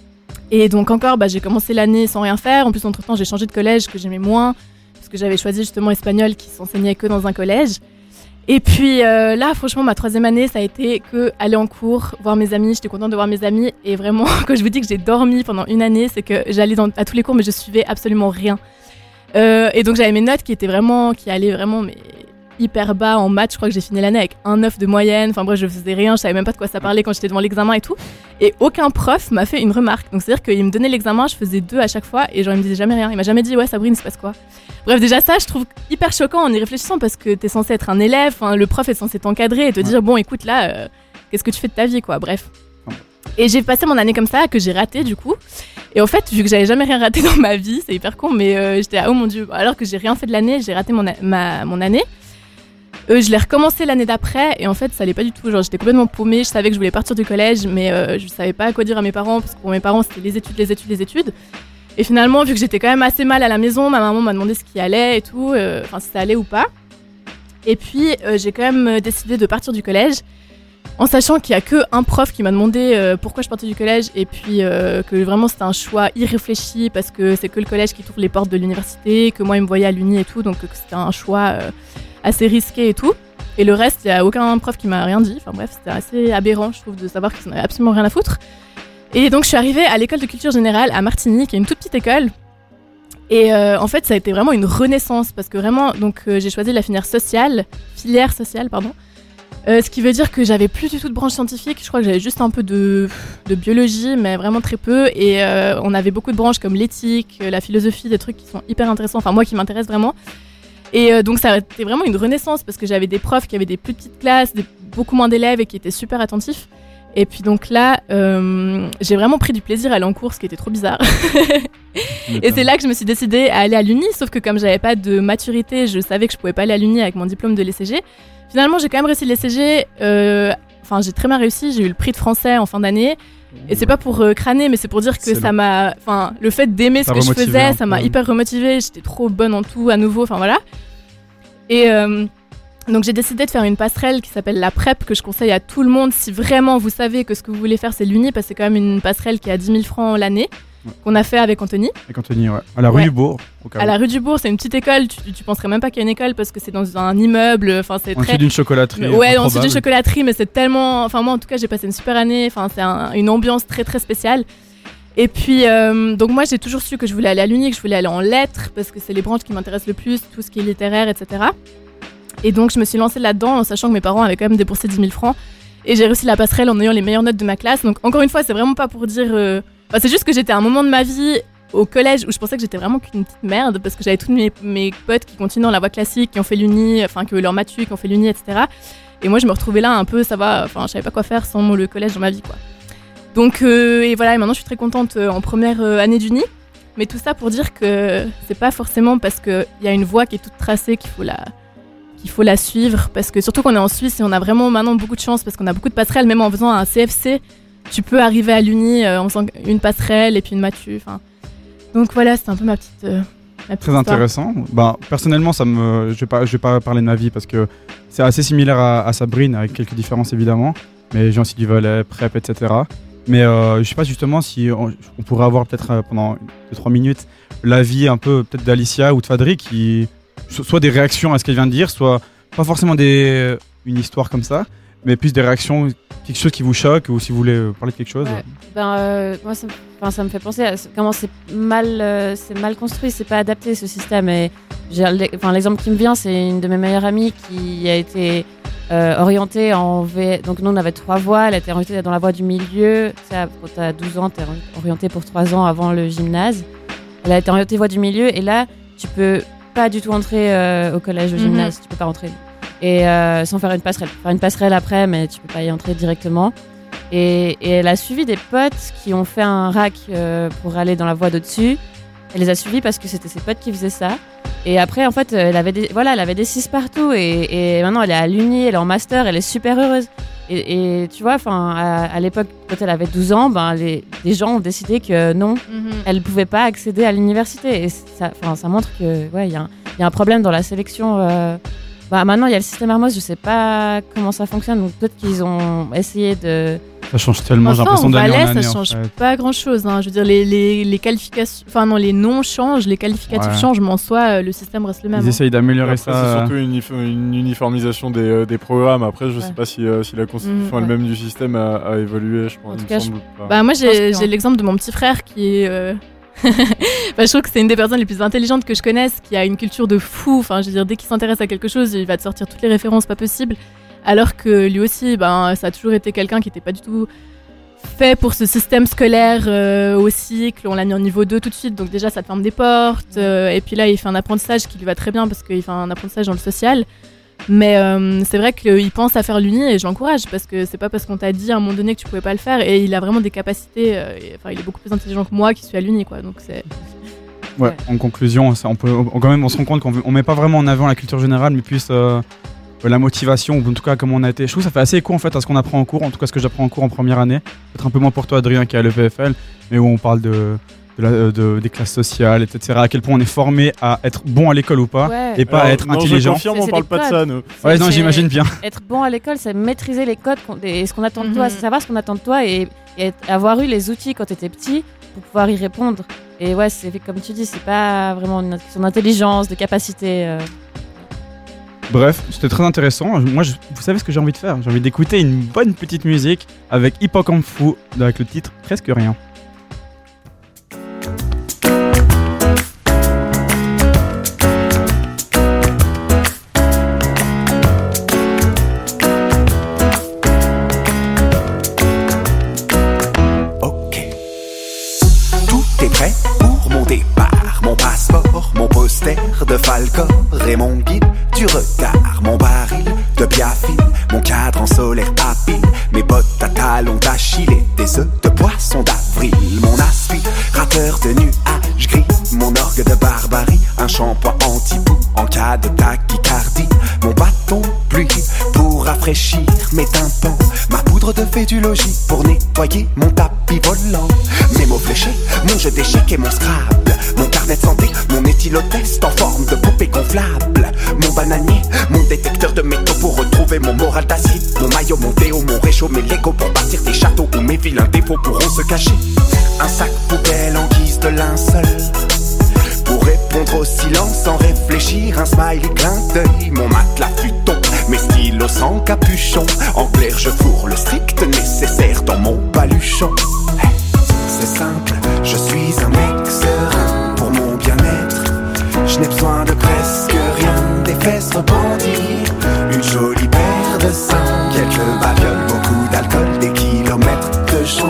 Et donc encore, bah, j'ai commencé l'année sans rien faire. En plus, entre-temps, j'ai changé de collège que j'aimais moins, parce que j'avais choisi justement espagnol qui s'enseignait que dans un collège. Et puis euh, là, franchement, ma troisième année, ça a été que aller en cours, voir mes amis. J'étais contente de voir mes amis. Et vraiment, quand je vous dis que j'ai dormi pendant une année, c'est que j'allais dans, à tous les cours, mais je suivais absolument rien. Euh, et donc j'avais mes notes qui étaient vraiment, qui allaient vraiment, mais hyper bas en maths. Je crois que j'ai fini l'année avec un neuf de moyenne. Enfin bref, je faisais rien. Je savais même pas de quoi ça parlait quand j'étais devant l'examen et tout. Et aucun prof m'a fait une remarque. Donc c'est-à-dire qu'il me donnait l'examen, je faisais deux à chaque fois, et genre il me disait jamais rien. Il m'a jamais dit ouais Sabrine, il se passe quoi. Bref, déjà ça, je trouve hyper choquant en y réfléchissant parce que t'es censé être un élève, hein, le prof est censé t'encadrer et te dire bon écoute là, euh, qu'est-ce que tu fais de ta vie quoi. Bref. Et j'ai passé mon année comme ça, que j'ai raté du coup. Et en fait, vu que j'avais jamais rien raté dans ma vie, c'est hyper con, mais euh, j'étais ah, oh mon dieu, alors que j'ai rien fait de l'année, j'ai raté mon, a- ma, mon année. Euh, je l'ai recommencé l'année d'après et en fait ça allait pas du tout, genre j'étais complètement paumée, je savais que je voulais partir du collège mais euh, je savais pas quoi dire à mes parents parce que pour mes parents c'était les études, les études, les études. Et finalement vu que j'étais quand même assez mal à la maison, ma maman m'a demandé ce qui allait et tout, euh, enfin si ça allait ou pas. Et puis euh, j'ai quand même décidé de partir du collège en sachant qu'il y a que un prof qui m'a demandé euh, pourquoi je partais du collège et puis euh, que vraiment c'était un choix irréfléchi parce que c'est que le collège qui t'ouvre les portes de l'université, que moi il me voyait à l'uni et tout, donc que c'était un choix euh, assez risqué et tout. Et le reste, il n'y a aucun prof qui m'a rien dit. Enfin bref, c'était assez aberrant, je trouve, de savoir qu'ils n'en avaient absolument rien à foutre. Et donc, je suis arrivée à l'école de culture générale à Martigny, qui est une toute petite école. Et euh, en fait, ça a été vraiment une renaissance parce que vraiment, donc euh, j'ai choisi la filière sociale, filière sociale, pardon. Euh, ce qui veut dire que j'avais plus du tout de branche scientifique. Je crois que j'avais juste un peu de, de biologie, mais vraiment très peu. Et euh, on avait beaucoup de branches comme l'éthique, la philosophie, des trucs qui sont hyper intéressants. Enfin, moi qui m'intéresse vraiment. Et euh, donc, ça a été vraiment une renaissance parce que j'avais des profs qui avaient des plus petites classes, des, beaucoup moins d'élèves et qui étaient super attentifs. Et puis donc là, euh, j'ai vraiment pris du plaisir à aller en cours, ce qui était trop bizarre. Et c'est là que je me suis décidée à aller à l'Uni, sauf que comme j'avais pas de maturité, je savais que je pouvais pas aller à l'Uni avec mon diplôme de l'E C G. Finalement, j'ai quand même réussi l'E C G. Euh, enfin, j'ai très bien réussi. J'ai eu le prix de français en fin d'année. Et c'est pas pour euh, crâner, mais c'est pour dire que C'est ça le- m'a. Enfin, le fait d'aimer ce Ça que je remotivé faisais, un ça m'a peu. hyper remotivée. J'étais trop bonne en tout, à nouveau. Enfin voilà. Et euh, donc j'ai décidé de faire une passerelle qui s'appelle la PrEP, que je conseille à tout le monde si vraiment vous savez que ce que vous voulez faire c'est l'Uni, parce que c'est quand même une passerelle qui est à dix mille francs l'année, Ouais. qu'on a fait avec Anthony. Avec Anthony, ouais. À la rue Ouais. du Bourg, au cas À où. la rue du Bourg, c'est une petite école, tu, tu penserais même pas qu'il y a une école parce que c'est dans un immeuble, enfin c'est En dessous très... d'une chocolaterie. Ouais, en dessous improbable. d'une chocolaterie, mais c'est tellement... Enfin moi en tout cas j'ai passé une super année, enfin c'est un- une ambiance très très spéciale. Et puis, euh, donc moi j'ai toujours su que je voulais aller à l'Uni, que je voulais aller en lettres, parce que c'est les branches qui m'intéressent le plus, tout ce qui est littéraire, et cetera. Et donc je me suis lancée là-dedans en sachant que mes parents avaient quand même déboursé dix mille francs. Et j'ai réussi la passerelle en ayant les meilleures notes de ma classe. Donc encore une fois, c'est vraiment pas pour dire... euh, enfin, c'est juste que j'étais à un moment de ma vie au collège où je pensais que j'étais vraiment qu'une petite merde, parce que j'avais tous mes, mes potes qui continuent dans la voie classique, qui ont fait l'Uni, enfin qui ont eu leur matu, qui ont fait l'Uni, et cetera. Et moi je me retrouvais là un peu, ça va, enfin je savais pas quoi faire sans mon- le collège dans ma vie, quoi. Donc, euh, et voilà, et maintenant je suis très contente euh, en première euh, année d'Uni. Mais tout ça pour dire que c'est pas forcément parce qu'il y a une voie qui est toute tracée qu'il faut la, qu'il faut la suivre. Parce que surtout qu'on est en Suisse et on a vraiment maintenant beaucoup de chance parce qu'on a beaucoup de passerelles. Même en faisant un C F C, tu peux arriver à l'Uni euh, en faisant une passerelle et puis une matu. Enfin, donc voilà, c'est un peu ma petite. euh, ma petite Très histoire. intéressant. Ben, personnellement, ça me... je vais pas, je vais pas parler de ma vie parce que c'est assez similaire à, à Sabrine, avec quelques différences évidemment. Mais j'ai aussi du volet, prep, et cetera. Mais euh, je sais pas justement si on, on pourrait avoir peut-être euh, pendant deux trois minutes l'avis un peu peut-être d'Alicia ou de Fadri qui so- soit des réactions à ce qu'elle vient de dire, soit pas forcément des une histoire comme ça, mais plus des réactions, quelque chose qui vous choque ou si vous voulez euh, parler de quelque chose. Ouais. Ben, euh, moi, ça me, enfin, ça me fait penser à ce- comment c'est mal, euh, c'est mal construit, c'est pas adapté ce système. Et j'ai l'e- enfin, l'exemple qui me vient, c'est une de mes meilleures amies qui a été euh, orientée en V. Donc nous, on avait trois voies. Elle était orientée dans la voie du milieu. Tu sais, quand t'as douze ans, t'es ori- orientée pour trois ans avant le gymnase. Elle a été orientée voie du milieu. Et là, tu peux pas du tout entrer euh, au collège, au Mhm. gymnase. Tu peux pas rentrer. Et euh, sans faire une passerelle. Faire une passerelle après, mais tu peux pas y entrer directement. Et, et elle a suivi des potes qui ont fait un rack euh, pour aller dans la voie d'au-dessus. Elle les a suivis parce que c'était ses potes qui faisaient ça. Et après, en fait, elle avait des, voilà, elle avait des six partout. Et, et maintenant, elle est à l'Uni, elle est en master, elle est super heureuse. Et, et tu vois, enfin, à, à l'époque, quand elle avait douze ans, ben, les, les gens ont décidé que non, Mhm. elle ne pouvait pas accéder à l'université. Et ça, enfin, ça montre que, ouais, il y, a un- il y a un problème dans la sélection. euh. Bah, maintenant, il y a le système Hermos, je sais pas comment ça fonctionne. Donc peut-être qu'ils ont essayé de. Ça change tellement, j'ai Enfin, l'impression en d'année Valais, en année. ça en change fait. pas grand chose. Je veux dire, les, les, les qualifications, enfin non, les noms changent, les qualificatifs Ouais. changent, mais en soi, euh, le système reste le même. Ils hein. essayent d'améliorer Après, ça. c'est euh, surtout une, unif- une uniformisation des, euh, des programmes. Après, je sais Ouais. pas si, euh, si la constitution Mhm, elle-même du système a, a évolué. Je pense, En tout il me cas, semble pas. Bah moi Je pense j'ai que non. j'ai l'exemple de mon petit frère qui est euh, bah, je trouve que c'est une des personnes les plus intelligentes que je connaisse, qui a une culture de fou. Enfin, je veux dire, dès qu'il s'intéresse à quelque chose, il va te sortir toutes les références pas possibles. Alors que lui aussi, ben ça a toujours été quelqu'un qui était pas du tout fait pour ce système scolaire euh, au cycle. On l'a mis en niveau deux tout de suite, donc déjà ça te ferme des portes. euh, et puis là, il fait un apprentissage qui lui va très bien parce qu'il fait un apprentissage dans le social. Mais euh, c'est vrai qu'il pense à faire l'Uni et je l'encourage parce que c'est pas parce qu'on t'a dit à un moment donné que tu pouvais pas le faire, et il a vraiment des capacités. euh, et, enfin, il est beaucoup plus intelligent que moi qui suis à l'Uni, quoi. Donc c'est. Ouais, Ouais. en conclusion, ça, on peut, on- quand même, on se rend compte qu'on on met pas vraiment en avant la culture générale, mais plus euh, la motivation, ou en tout cas comment on a été. Je trouve que ça fait assez écho en fait à ce qu'on apprend en cours, en tout cas ce que j'apprends en cours en première année. Peut-être un peu moins pour toi, Adrien, qui est à l'E P F L, mais où on parle de, de la- de- des classes sociales, et cetera. À quel point on est formé à être bon à l'école ou pas, Ouais. et pas à Alors, être non, Je intelligent. confirme, C'est- on c'est parle des pas de codes. ça, nous. Ouais, non, C'est- j'imagine bien. Être bon à l'école, c'est maîtriser les codes qu'on- et ce qu'on attend de toi, Mhm. c'est savoir ce qu'on attend de toi et, et être- avoir eu les outils quand tu étais petit pour pouvoir y répondre. Et ouais, c'est comme tu dis, c'est pas vraiment une question d'intelligence, de capacité. euh. Bref, c'était très intéressant. Moi, je- vous savez ce que j'ai envie de faire? J'ai envie d'écouter une bonne petite musique avec Hippocampe Fou, avec le titre Presque Rien. de Falcor et mon guide du retard, mon baril de biafine, mon cadre en solaire à pile, mes bottes à talons d'Achille et des œufs de poisson d'avril, mon aspirateur de nuages gris, mon orgue de barbarie, un shampoing anti-boue en cas de tachycardie, mon bâton pluie pour rafraîchir mes tympans, ma poudre de fédulogie pour nettoyer mon tapis volant, mes mots fléchés, mon jeu d'échecs et mon Scrabble, mon carnet de santé, mon éthylotest en forme de poupée gonflable, mon bananier, mon détecteur de métaux pour retrouver mon moral d'acier, mon maillot, mon déo, mon réchaud, mes Legos pour bâtir des châteaux où mes vilains défauts pourront se cacher, un sac poubelle en guise de linceul pour répondre au silence sans réfléchir, un smiley clin d'œil, mon matelas futon, mes stylos sans capuchon, en clair je fourre le strict nécessaire dans mon baluchon. Hey, c'est simple, je suis un mec serein pour mon bien-être, je n'ai besoin de presque rien, des fesses rebondir, une jolie paire de seins, quelques babioles, beaucoup d'alcool, des kilomètres de joint.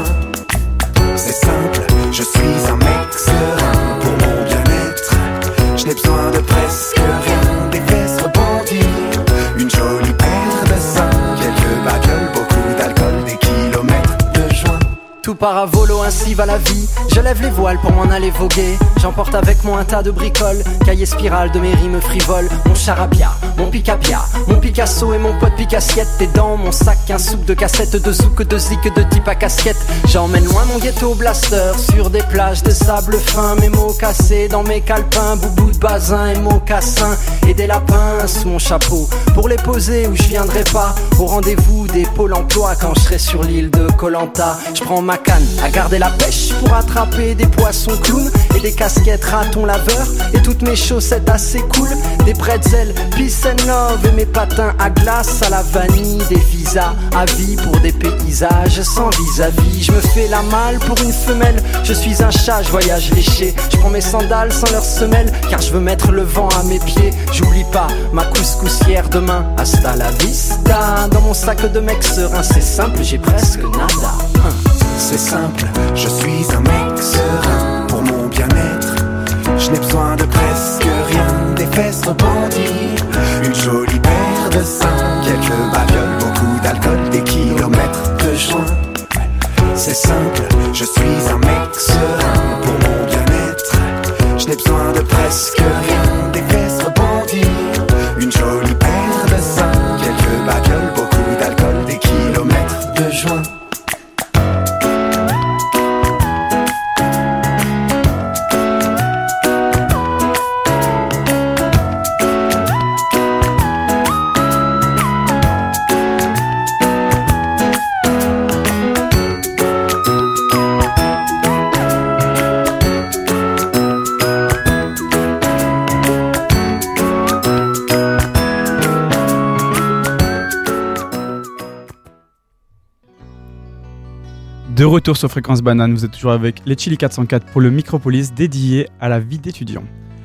C'est simple, je suis un mec serein pour mon bien-être, je n'ai besoin de presque rien, des fesses rebondir, une jolie paire de seins, quelques babioles, beaucoup d'alcool, des kilomètres de joint. Tout part à volo, ainsi va la vie. Je lève les voiles pour m'en aller voguer. J'emporte avec moi un tas de bricoles, cahier spirale de mes rimes frivoles. Mon charabia, mon picapia, mon Picasso et mon pote picassiette. Et dans mon sac un soupe de cassettes, de zouk, de zik, de type à casquette. J'emmène loin mon ghetto blaster sur des plages de sable fin. Mes mots cassés dans mes calepins, boubou de basin et mocassins. Et des lapins sous mon chapeau pour les poser où je viendrai pas. Au rendez-vous des pôles emploi quand je serai sur l'île de Koh-Lanta. Je prends ma canne à garder la pêche pour attraper des poissons clowns et des casquettes ratons laveurs et toutes mes chaussettes assez cool, des pretzels, peace and love et mes patins à glace à la vanille, des visas à vie pour des paysages sans vis-à-vis. Je me fais la malle pour une femelle, je suis un chat, je voyage léché. Je prends mes sandales sans leurs semelles car je veux mettre le vent à mes pieds. J'oublie pas ma couscoussière demain, hasta la vista. Dans mon sac de mec serein, c'est simple, j'ai presque nada. C'est simple, je suis un mec serein pour mon bien-être, je n'ai besoin de presque rien, des fesses rebondir, une jolie paire de seins, quelques babioles, beaucoup d'alcool, des kilomètres de joint. C'est simple, je suis un mec serein pour mon bien-être, je n'ai besoin de presque rien, des fesses rebondir, une jolie paire de seins, quelques babioles, beaucoup d'alcool, des kilomètres de joint. De retour sur Fréquence Banane, vous êtes toujours avec les Chili quatre cent quatre pour le Micropolis dédié à la vie d'étudiant.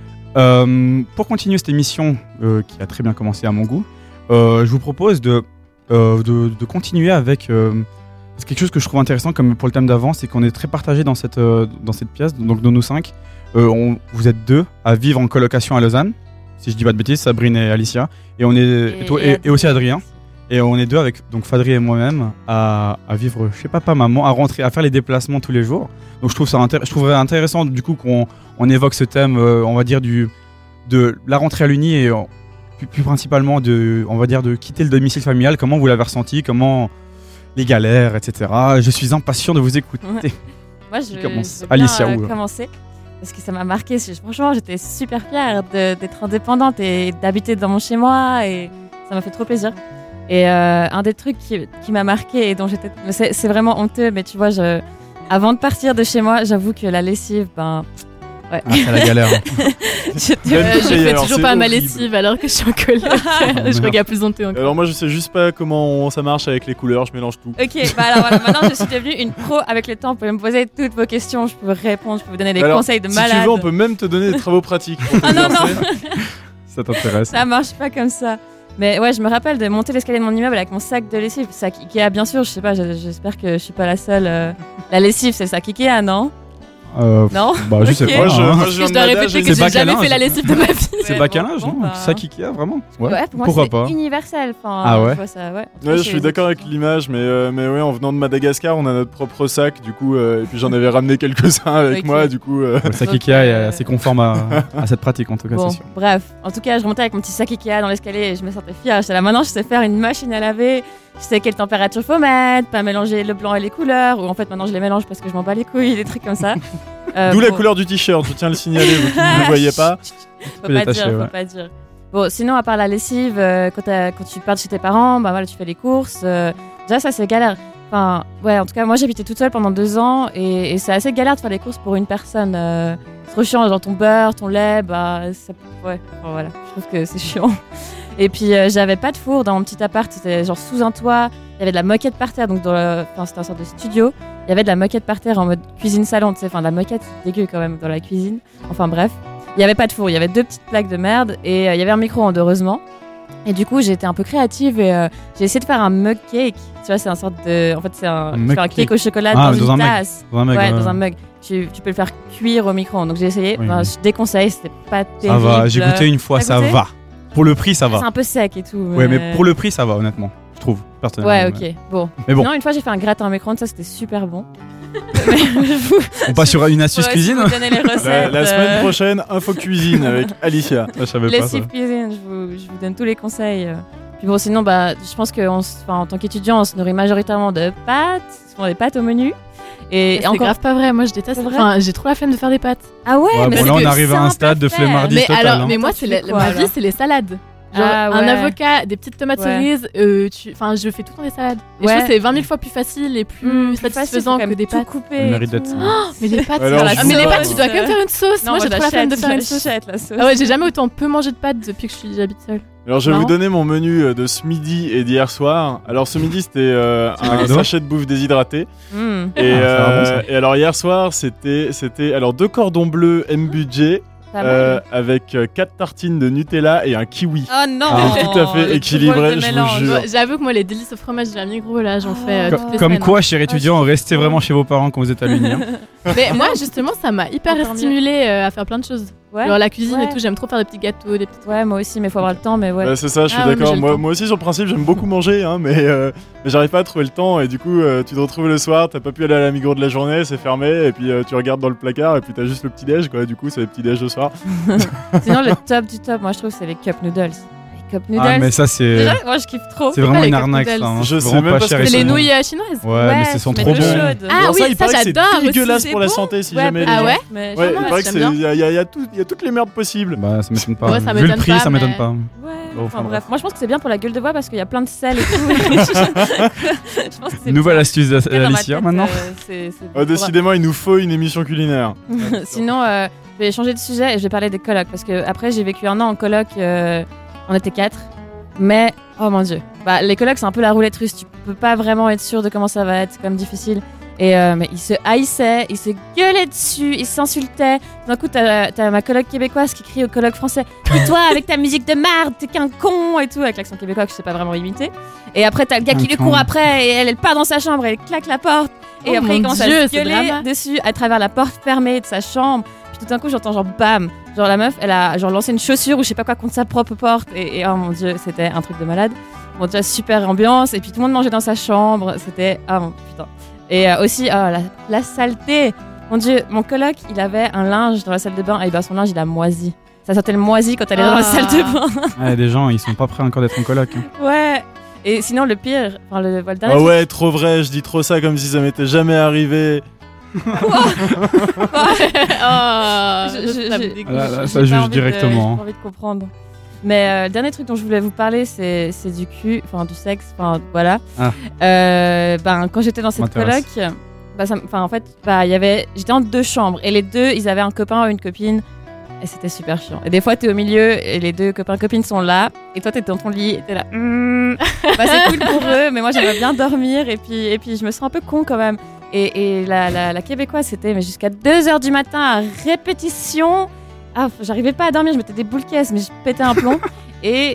Euh, pour continuer cette émission euh, qui a très bien commencé à mon goût, euh, je vous propose de, euh, de, de continuer avec euh, quelque chose que je trouve intéressant comme pour le thème d'avant, c'est qu'on est très partagés dans cette, euh, dans cette pièce, donc dans nous cinq. Euh, on, vous êtes deux à vivre en colocation à Lausanne, si je dis pas de bêtises, Sabrine et Alicia, et, on est, et, et, toi, et, et aussi Adrien. Et on est deux avec donc Fadri et moi-même à, à vivre chez papa, maman, à rentrer, à faire les déplacements tous les jours. Donc je trouve ça intér- je trouverais intéressant du coup qu'on on évoque ce thème, euh, on va dire du de la rentrée à l'Uni et euh, plus, plus principalement de, on va dire de quitter le domicile familial. Comment vous l'avez ressenti, comment les galères, et cetera. Je suis impatient de vous écouter. Ouais. Moi, je vais Alicia, bien, où, euh, commencer parce que ça m'a marqué. Franchement, j'étais super fière de, d'être indépendante et d'habiter dans mon chez moi et ça m'a fait trop plaisir. Et euh, un des trucs qui, qui m'a marqué et dont j'étais, c'est, c'est vraiment honteux, mais tu vois, je, avant de partir de chez moi, j'avoue que la lessive, ben, ouais. Ah, c'est la galère. je euh, je fais toujours pas ma lessive alors que je suis en colère. Je regarde plus honteux encore. Alors moi, je sais juste pas comment on, ça marche avec les couleurs, je mélange tout. Ok, bah alors voilà, maintenant je suis devenue une pro avec le temps. Vous pouvez me poser toutes vos questions, je peux répondre, je peux vous donner des alors, conseils de si malade. Si tu veux, on peut même te donner des travaux pratiques. Ah non, non. Ça t'intéresse? Ça marche pas comme ça. Mais ouais, je me rappelle de monter l'escalier de mon immeuble avec mon sac de lessive. Sac Ikea, bien sûr, je sais pas, j'espère que je suis pas la seule. Euh... La lessive, c'est le sac Ikea, non? Euh, Non. Bah, je sais Ok. pas. Moi, je, hein. moi, je viens Je de dois Mada, répéter j'ai- que C'est j'ai jamais bacalin, fait la je- lessive de ma vie. C'est Ouais, bacalage, bon, non bah. Sac Ikea, vraiment Ouais, pour moi, Pourquoi c'est pas universel. Enfin, Ah ouais je vois ça, ouais. En tout cas, Ouais, je chez suis les d'accord avec l'image, mais, euh, mais ouais, en venant de Madagascar, on a notre propre sac, du coup, euh, et puis j'en avais ramené quelques-uns avec Ok. moi, du coup. euh, Le sac Donc, Ikea est euh, assez conforme à, à cette pratique, en tout cas, Bon, c'est sûr. bref. En tout cas, je remontais avec mon petit sac Ikea dans l'escalier et je me sentais fière. J'étais là, maintenant, je sais faire une machine à laver. Je sais quelle température faut mettre, pas mélanger le blanc et les couleurs. Ou en fait, maintenant, je les mélange parce que je m'en bats les couilles, des trucs comme ça. Euh, D'où la bon, couleur du t-shirt, je tiens à le signaler, vous qui ne le voyez pas. Faut peux pas détacher, dire, faut ouais. pas dire. Bon, sinon, à part la lessive, euh, quand, t'as- quand tu pars chez tes parents, bah voilà, tu fais les courses. euh, déjà, ça, c'est galère. Enfin, ouais, en tout cas, moi, j'habitais toute seule pendant deux ans et, et c'est assez galère de faire les courses pour une personne. euh, c'est trop chiant, genre ton beurre, ton lait, bah, ça, ouais, enfin, voilà, je trouve que c'est chiant. Et puis, euh, j'avais pas de four dans mon petit appart, c'était genre sous un toit. Il y avait de la moquette par terre, donc dans le, enfin, c'était une sorte de studio. Il y avait de la moquette par terre en mode cuisine-salon, tu sais, enfin, la moquette, c'est dégueu quand même dans la cuisine. Enfin, bref. Il n'y avait pas de four, il y avait deux petites plaques de merde et euh, il y avait un micro-ondes, heureusement. Et du coup, j'ai été un peu créative et euh, j'ai essayé de faire un mug cake. Tu vois, c'est un sorte de. En fait, c'est un, Un tu mug fais un cake cake. au chocolat Ah, dans, dans une un mug. tasse. Dans un mug, ouais, ouais. dans un mug. Tu, tu peux le faire cuire au micro-ondes. Donc j'ai essayé. Oui, Enfin, oui. je déconseille, c'était pas Ça terrible. va, j'ai goûté une fois, T'as ça goûté va. Pour le prix, ça va. C'est un peu sec et tout. Ouais, mais pour le prix, ça va, honnêtement. Je trouve, personnellement. Ouais, mais- ok. Bon. Mais bon. Sinon, une fois, j'ai fait un gratin au micro-ondes, ça c'était super bon. On passe sur une astuce Ouais, cuisine. si vous donnez les recettes. La, la semaine euh, prochaine, info cuisine avec Alicia. Je savais pas ça. Lessive cuisine, je vous, je vous donne tous les conseils. euh. Puis bon, sinon, bah, je pense qu'en en tant qu'étudiant, on se nourrit majoritairement de pâtes. Ce sont des pâtes au menu. Et, et C'est encore. grave pas vrai, moi je déteste. C'est vrai Enfin, j'ai trop la flemme de faire des pâtes. Ah ouais, Ouais, mais bon, c'est là, on que arrive à un simple stade de faire. flemmardise Mais totale. alors, hein. mais moi, Attends, c'est tu la- fais quoi, ma alors vie, c'est les salades. Genre Ah, un ouais. avocat, des petites tomates Ouais. cerises, euh, tu... enfin je fais tout le temps des salades. Et Ouais. je trouve que c'est vingt mille fois plus facile et plus Mmh, plus facile, satisfaisant faut quand que même des tout pâtes. couper Elle et mérite tout. d'être- Oh, mais les pâtes, Alors, c'est- je ah, mais les vous- pâtes, tu dois quand même faire une sauce. Non, moi, j'ai je trop la flemme de l'achète, faire une je sauce. l'achète, la sauce. Ah ouais, j'ai jamais autant peu mangé de pâtes depuis que je suis j'habite seule. Alors je vais vous Marrant. donner mon menu euh, de ce midi et d'hier soir. Alors ce midi c'était euh, C'est un McDo sachet de bouffe déshydraté. Mmh. Et, Ah, ça va euh, bon, ça. et alors hier soir c'était c'était alors deux cordons bleus M budget Pas euh, mal. avec euh, quatre tartines de Nutella et un kiwi. Oh non, Ah, tout à fait le équilibré, drôle de je vous mélange. jure. Ouais, J'avoue que moi, les délices au fromage de la Migros, là, j'en fais euh, Co- toutes les Comme semaines, quoi, cher étudiant, je suis restez trop- vraiment chez vos parents quand vous êtes à l'Uni. hein. hein. Mais moi, justement, ça m'a hyper Encore mieux. stimulée euh, à faire plein de choses. Ouais. Genre la cuisine Ouais. et tout, j'aime trop faire des petits gâteaux, des petits. Ouais, moi aussi, mais faut avoir le temps, mais ouais. Ouais, c'est ça, je suis Ah ouais, mais d'accord. j'ai le Moi, temps. moi aussi sur le principe j'aime beaucoup manger, hein, mais, euh, mais j'arrive pas à trouver le temps et du coup euh, tu te retrouves le soir, t'as pas pu aller à la Migros de la journée, c'est fermé et puis euh, tu regardes dans le placard et puis t'as juste le petit déj quoi. Du coup c'est le petit déj le soir. Sinon, le top du top, moi je trouve, c'est les cup noodles. Les cup noodles. Ah, mais ça, c'est Déjà, moi je kiffe trop. c'est vraiment pas les une cup arnaque, noodles. ça. hein. Je C'est sais vraiment même pas pas ce cher que et C'est c'est les bon. nouilles euh, chinoises. Ouais, mais c'est sont tu trop mets de l'eau bons. chaude. Ah Alors oui, ça, il ça, paraît que c'est j'adore aussi. dégueulasse C'est pour la bon. santé si Ouais, jamais. peut-être, Ah ouais mais Ouais, je il sais pas, paraît que j'aime c'est bien. il y, a- il y a- il y a tout- il y a toutes les merdes possibles. Bah, ça m'étonne pas. Ouais, ça Vu le m'étonne prix, pas, ça m'étonne mais- pas. Ouais, Bon, enfin enfin, bref, moi je pense que c'est bien pour la gueule de bois parce qu'il y a plein de sel et tout. je pense que c'est Nouvelle bien. astuce En tout cas, dans ma d'Alicia tête, maintenant. euh, c'est- c'est Ah, bon. décidément, il nous faut une émission culinaire. Sinon, euh, je vais changer de sujet et je vais parler des colocs parce que après j'ai vécu un an en coloc, euh, on était quatre, mais oh mon dieu, bah, les colocs c'est un peu la roulette russe, tu peux pas vraiment être sûr de comment ça va être, c'est quand même difficile. Et euh, mais ils se haïssaient, ils se gueulaient dessus, ils s'insultaient. D'un coup, t'as as ma coloc québécoise qui crie au coloc français « Toi, avec ta musique de merde, t'es qu'un con !» et tout, avec l'accent québécois que je sais pas vraiment imiter. Et après, t'as le gars Un qui lui con. court après et elle, elle part dans sa chambre et elle claque la porte. Et Oh après, mon il commence Dieu, à se ce gueuler drama. dessus à travers la porte fermée de sa chambre. Puis tout d'un coup, j'entends genre bam. Genre la meuf, elle a genre lancé une chaussure ou je sais pas quoi contre sa propre porte. Et, et oh mon dieu, c'était un truc de malade. Bon, déjà super ambiance. Et puis tout le monde mangeait dans sa chambre. C'était ah mon putain. Et euh, aussi, oh, la, la saleté. Mon dieu, mon coloc, il avait un linge dans la salle de bain. Et ben son linge, il a moisi. Ça sentait le moisi quand elle est dans la Ah. salle de bain. Ouais, des gens, ils sont pas prêts encore d'être en coloc. hein. Ouais. Et sinon, le pire, enfin le, le dernier Ah truc- ouais, trop vrai, je dis trop ça comme si ça m'était jamais arrivé. Oh, Je- je- ça me je- dégoûte. Là, là, J'ai ça pas juge envie de- directement. J'ai pas envie de comprendre. Mais euh, le dernier truc dont je voulais vous parler, c'est c'est du cul, enfin du sexe, enfin voilà. Ah. Euh, ben quand j'étais dans cette M'intéresse. coloc, bah, ça m- enfin en fait, bah il y avait, j'étais en deux chambres et les deux, ils avaient un copain ou une copine. Et c'était super chiant. Et des fois, t'es au milieu et les deux copains copines sont là. Et toi, t'es dans ton lit et t'es là. Hmm. Bah, c'est cool pour eux, mais moi, j'aimerais bien dormir. Et puis, et puis, je me sens un peu con quand même. Et, et la, la, la québécoise, c'était mais jusqu'à deux heures du matin à répétition. Ah, j'arrivais pas à dormir, je mettais des boules caisses, mais je pétais un plomb. Et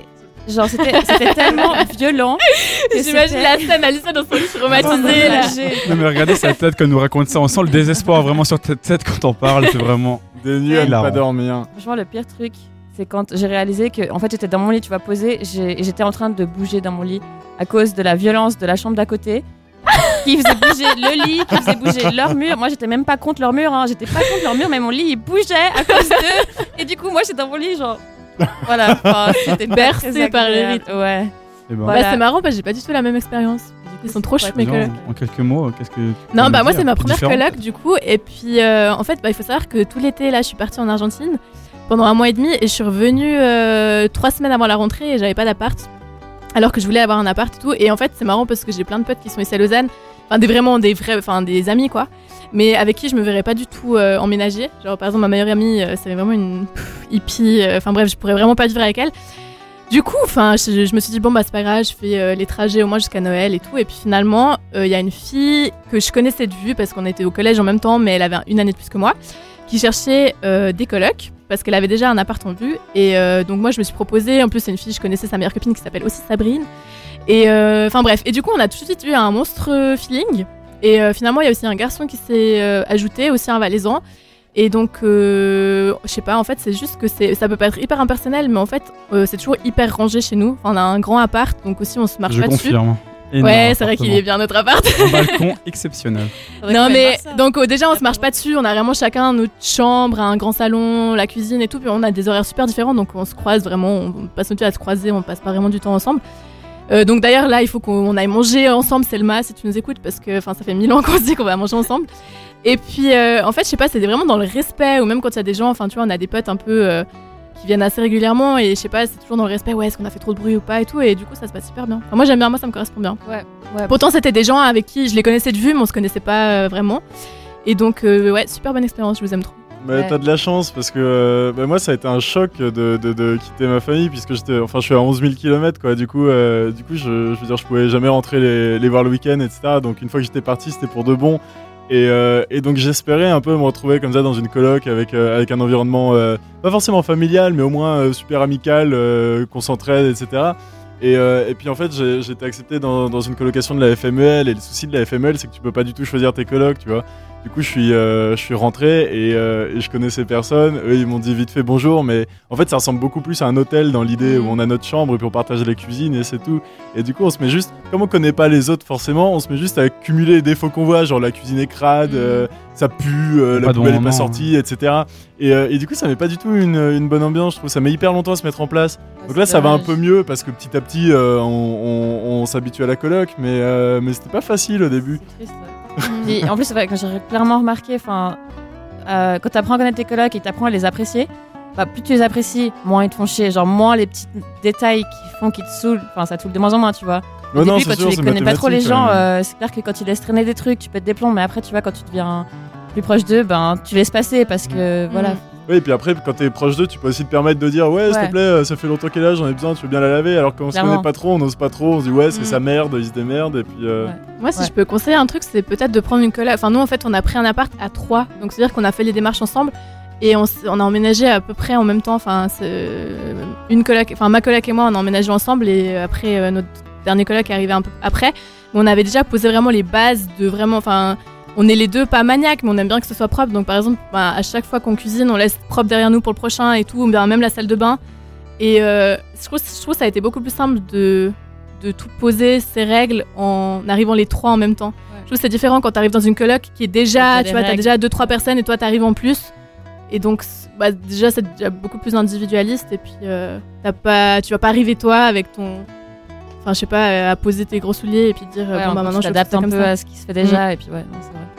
Genre, c'était, c'était tellement violent. que J'imagine c'était- la scène, Alissa dans son lit traumatisée là. Non, mais regardez sa tête quand elle nous raconte ça. On sent le désespoir vraiment sur ta tête quand on parle. C'est vraiment. Des nuits à ne hilarant. pas dormir. Franchement, le pire truc, c'est quand j'ai réalisé que, en fait, j'étais dans mon lit, tu vois, posée, j'ai- et j'étais en train de bouger dans mon lit à cause de la violence de la chambre d'à côté, qui faisait bouger le lit, qui faisait bouger leur mur. Moi, j'étais même pas contre leur mur, hein. J'étais pas contre leur mur, mais mon lit, il bougeait à cause d'eux. Et du coup, moi, j'étais dans mon lit, genre. Voilà, enfin, c'était pas Bercé très par le agréable. rythme. Ouais. Eh ben, Voilà. Bah, c'est marrant parce que j'ai pas du tout la même expérience. Du coup, ils sont trop chouettes mes dis colocs. donc, en quelques mots, qu'est-ce que. tu peux Non, nous bah moi dire c'est ma première Différent coloc du coup. Et puis euh, en fait, bah, il faut savoir que tout l'été là, je suis partie en Argentine pendant un mois et demi et je suis revenue euh, trois semaines avant la rentrée et j'avais pas d'appart. Alors que je voulais avoir un appart et tout. Et en fait, c'est marrant parce que j'ai plein de potes qui sont ici à Lausanne. Enfin, des vraiment des vrais, enfin des amis quoi. Mais avec qui je me verrais pas du tout euh, emménager. Genre par exemple, ma meilleure amie, euh, c'est vraiment une pff, hippie. euh, Enfin bref, je pourrais vraiment pas vivre avec elle. Du coup, enfin, je, je me suis dit bon bah c'est pas grave, je fais euh, les trajets au moins jusqu'à Noël et tout. Et puis finalement, il y a une fille que je connaissais de vue parce qu'on était au collège en même temps, mais elle avait une année de plus que moi, qui cherchait euh, des colocs parce qu'elle avait déjà un appart en vue. Et euh, donc moi je me suis proposée. En plus c'est une fille, je connaissais sa meilleure copine qui s'appelle aussi Sabrine. Et enfin bref. Et du coup on a tout de suite eu un monstre feeling. Et euh, finalement il y a aussi un garçon qui s'est euh, ajouté, aussi un valaisan. Et donc, euh, je sais pas, en fait, c'est juste que c'est, ça peut pas être hyper impersonnel, mais en fait, euh, c'est toujours hyper rangé chez nous. Enfin, on a un grand appart, donc aussi on se marche Je pas dessus. confirme. Énorme Ouais, c'est vrai appartement. qu'il est bien notre appart. Un balcon exceptionnel. Non, mais donc euh, déjà, on se marche pas dessus. On a vraiment chacun notre chambre, un grand salon, la cuisine et tout. Puis on a des horaires super différents, donc on se croise vraiment. On passe notre vie à se croiser, on passe pas vraiment du temps ensemble. Euh, donc d'ailleurs, là, il faut qu'on aille manger ensemble, Selma, si tu nous écoutes, parce que ça fait mille ans qu'on se dit qu'on va manger ensemble. Et puis, euh, en fait, je sais pas, c'est vraiment dans le respect, ou même quand il y a des gens, enfin, tu vois, on a des potes un peu euh, qui viennent assez régulièrement, et je sais pas, c'est toujours dans le respect, ouais, est-ce qu'on a fait trop de bruit ou pas, et tout, et du coup, ça se passe super bien. Enfin, moi, j'aime bien, moi, ça me correspond bien. Ouais, ouais. Pourtant, c'était des gens avec qui je les connaissais de vue, mais on se connaissait pas euh, vraiment. Et donc, euh, ouais, super bonne expérience, je vous aime trop. Mais Ouais. t'as de la chance parce que euh, bah, moi ça a été un choc de, de, de quitter ma famille puisque j'étais, enfin je suis à onze mille kilomètres quoi. Du coup, euh, du coup je, je veux dire je pouvais jamais rentrer les, les voir le week-end et cetera. Donc une fois que j'étais parti c'était pour de bon. Et, euh, et donc j'espérais un peu me retrouver comme ça dans une coloc avec, euh, avec un environnement euh, pas forcément familial mais au moins euh, super amical, euh, qu'on s'entraide et cetera. Et, euh, et puis en fait j'ai, j'ai été accepté dans, dans une colocation de la F M E L et le souci de la F M E L c'est que tu peux pas du tout choisir tes colocs tu vois. Du coup, je suis, euh, je suis rentré et, euh, et je connais ces personnes. Eux, ils m'ont dit vite fait bonjour, mais en fait, ça ressemble beaucoup plus à un hôtel dans l'idée où on a notre chambre et puis on partage la cuisine et c'est tout. Et du coup, on se met juste, comme on connaît pas les autres forcément, on se met juste à cumuler les défauts qu'on voit, genre la cuisine est crade, euh, ça pue, euh, la Pas de poubelle est bon pas moment. sortie, et cetera. Et, euh, et du coup, ça met pas du tout une, une bonne ambiance, je trouve. Ça met hyper longtemps à se mettre en place. Donc là, ça va un peu mieux parce que petit à petit, euh, on, on- on s'habitue à la coloc, mais, euh, mais c'était pas facile au début. C'est triste, ouais. Puis, en plus, c'est vrai que j'ai clairement remarqué, enfin, euh, quand tu apprends à connaître tes colocs et que tu apprends à les apprécier, bah, plus tu les apprécies, moins ils te font chier. Genre, moins les petits détails qui font qu'ils te saoulent. Enfin, ça te saoule de moins en moins, tu vois. Au Ouais, non, début, c'est quand sûr, tu c'est les connais pas trop les mathématique, gens, quand même. euh, c'est clair que quand tu laisses traîner des trucs, tu pètes des plombs. Mais après, tu vois, quand tu deviens plus proche d'eux, ben, tu laisses passer parce que, voilà. Oui, et puis après, quand t'es proche d'eux, tu peux aussi te permettre de dire ouais, s'il Ouais. te plaît, euh, ça fait longtemps qu'elle est là, j'en ai besoin, tu veux bien la laver. Alors qu'on se Clairement. connaît pas trop, on n'ose pas trop, on se dit ouais, c'est Mm. sa merde, il se démerde, et puis. euh, Ouais. Moi, si Ouais. je peux conseiller un truc, c'est peut-être de prendre une coloc. Enfin, nous, en fait, on a pris un appart à trois. Donc, c'est-à-dire qu'on a fait les démarches ensemble et on, s- on a emménagé à peu près en même temps. Enfin, c'est une coloc, enfin, ma coloc et moi, on a emménagé ensemble et après, euh, notre dernier coloc est arrivé un peu après. Mais on avait déjà posé vraiment les bases de vraiment. Enfin, on est les deux pas maniaques, mais on aime bien que ce soit propre. Donc, par exemple, bah, à chaque fois qu'on cuisine, on laisse propre derrière nous pour le prochain et tout, ou bien même la salle de bain. Et euh, je, trouve, je trouve que ça a été beaucoup plus simple de, de tout poser, ces règles, en arrivant les trois en même temps. Je trouve que c'est différent quand tu arrives dans une coloc qui est déjà, T'as tu des vois, t'as règles. déjà deux, trois personnes et toi, t'arrives en plus. Et donc, c'est- bah, déjà, c'est déjà beaucoup plus individualiste. Et puis, euh, t'as pas, tu vas pas arriver toi avec ton. Enfin, je sais pas, euh, à poser tes gros souliers et puis dire, Ouais, bon, en bah plus, maintenant, je tu veux t'adaptes faire un comme peu ça. à ce qui se fait déjà. Et puis, ouais, non, c'est vrai.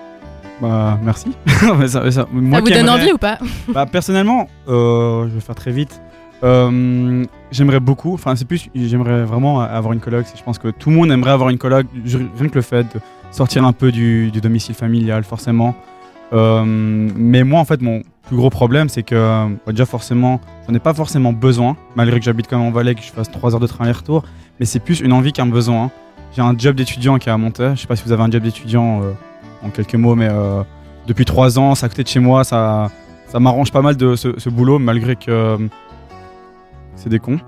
Bah, merci. Mais ça, ça- moi Ça vous qui donne aimerais- envie ou pas? Bah, personnellement, euh, je vais faire très vite. Euh, j'aimerais beaucoup, enfin, c'est plus, j'aimerais vraiment avoir une coloc. Je pense que tout le monde aimerait avoir une coloc, ju- rien que le fait de sortir un peu du, du domicile familial, forcément. Euh, mais moi, en fait, mon plus gros problème, c'est que euh, bah, déjà, forcément, j'en ai pas forcément besoin, malgré que j'habite quand même en Valais, que je fasse trois heures de train aller-retour. Mais c'est plus une envie qu'un besoin. J'ai un job d'étudiant qui est à monter. Je sais pas si vous avez un job d'étudiant euh, en quelques mots, mais euh, depuis trois ans, c'est à côté de chez moi. Ça, ça m'arrange pas mal de ce, ce boulot, malgré que euh, c'est des cons.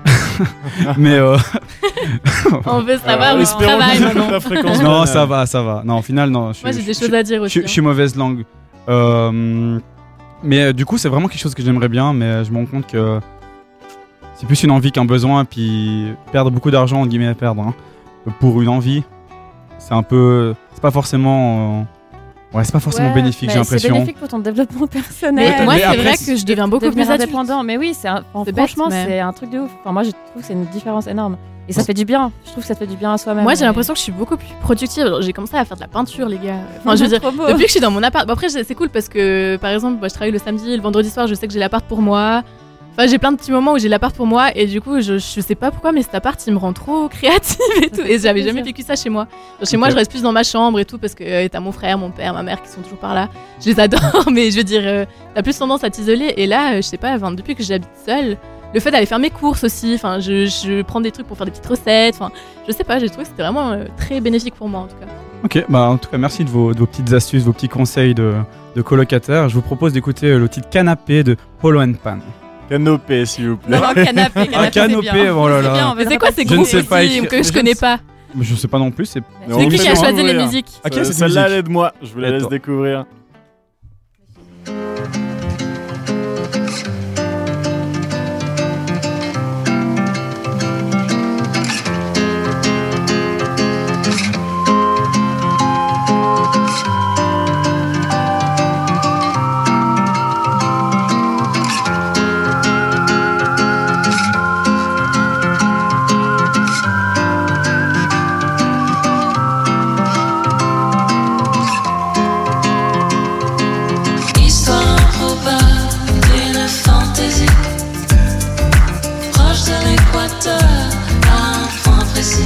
Mais euh, On veut savoir Alors, où tu espérons travailles que maintenant. ta fréquence non, banale. ça va, ça va. Non, au final, non. Je, Moi, j'ai je- des je- choses à dire je, aussi. je suis mauvaise langue. Euh, mais euh, du coup, c'est vraiment quelque chose que j'aimerais bien, mais euh, je me rends compte que c'est plus une envie qu'un besoin, puis perdre beaucoup d'argent, entre guillemets, perdre, hein, pour une envie, c'est un peu, c'est pas forcément, euh, ouais, c'est pas forcément Ouais, bénéfique, mais j'ai l'impression. C'est bénéfique pour ton développement personnel. Mais moi, Mais c'est après, vrai c'est- que je deviens beaucoup Devenir plus adulte. indépendant. Mais oui, c'est un- enfin, C'est bête, franchement, mais- c'est un truc de ouf. Enfin, moi, je trouve que c'est une différence énorme. Et ça fait du bien. Je trouve que ça fait du bien à soi-même. Moi, j'ai Et- l'impression que je suis beaucoup plus productive. Genre, J'ai commencé à faire de la peinture, les gars. Enfin, je veux dire, Trop beau. depuis que je suis dans mon appart. Bon, après, c'est c'est cool parce que, par exemple, moi, je travaille le samedi, le vendredi soir, je sais que j'ai l'appart pour moi. Enfin, j'ai plein de petits moments où j'ai l'appart pour moi et du coup, je, je sais pas pourquoi, mais cet appart, il me rend trop créative et tout. Et j'avais jamais vécu ça chez moi. Genre, chez moi, je reste plus dans ma chambre et tout parce que euh, t'as mon frère, mon père, ma mère qui sont toujours par là. Je les adore, mais je veux dire, euh, t'as plus tendance à t'isoler. Et là, euh, je sais pas, enfin, depuis que j'habite seule, le fait d'aller faire mes courses aussi, enfin, je, je prends des trucs pour faire des petites recettes. Enfin, je sais pas, j'ai trouvé que c'était vraiment euh, très bénéfique pour moi en tout cas. Ok, bah en tout cas, merci de vos, de vos petites astuces, vos petits conseils de, de colocataires. Je vous propose d'écouter euh, le titre Canapé de Polo and Pan. Canopé, s'il vous plaît. Non, non, canapé, canapé. Ah, canopé, c'est bien. oh là C'est là. bien, on Mais va c'est quoi pas- ces Je ne groupes sais pas aussi écrire- que je je connais ne sais- pas? Mais je sais pas non plus, c'est. Mais on C'est vous qui fait qui a choisi les découvrir. musiques? Ah, quelle Euh, est cette Celle-là, musique elle est de moi. Je vous la laisse Attends. découvrir. Histoire improbable d'une fantaisie, proche de l'équateur à un point précis.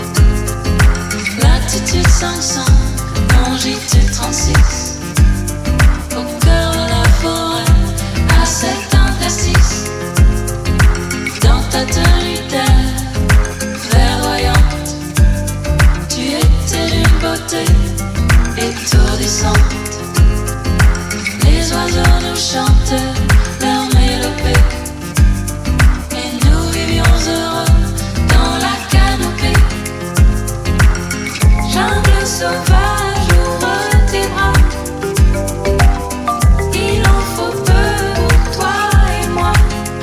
Latitude cinq cents, longitude trente-six, au cœur de la forêt, à cet interstice. Dans ta tenue d'air verdoyante, tu étais d'une beauté étourdissante. Les oiseaux nous chantaient leur mélopée, et nous vivions heureux dans la canopée. Jungle sauvage, ouvre tes bras. Il en faut peu pour toi et moi.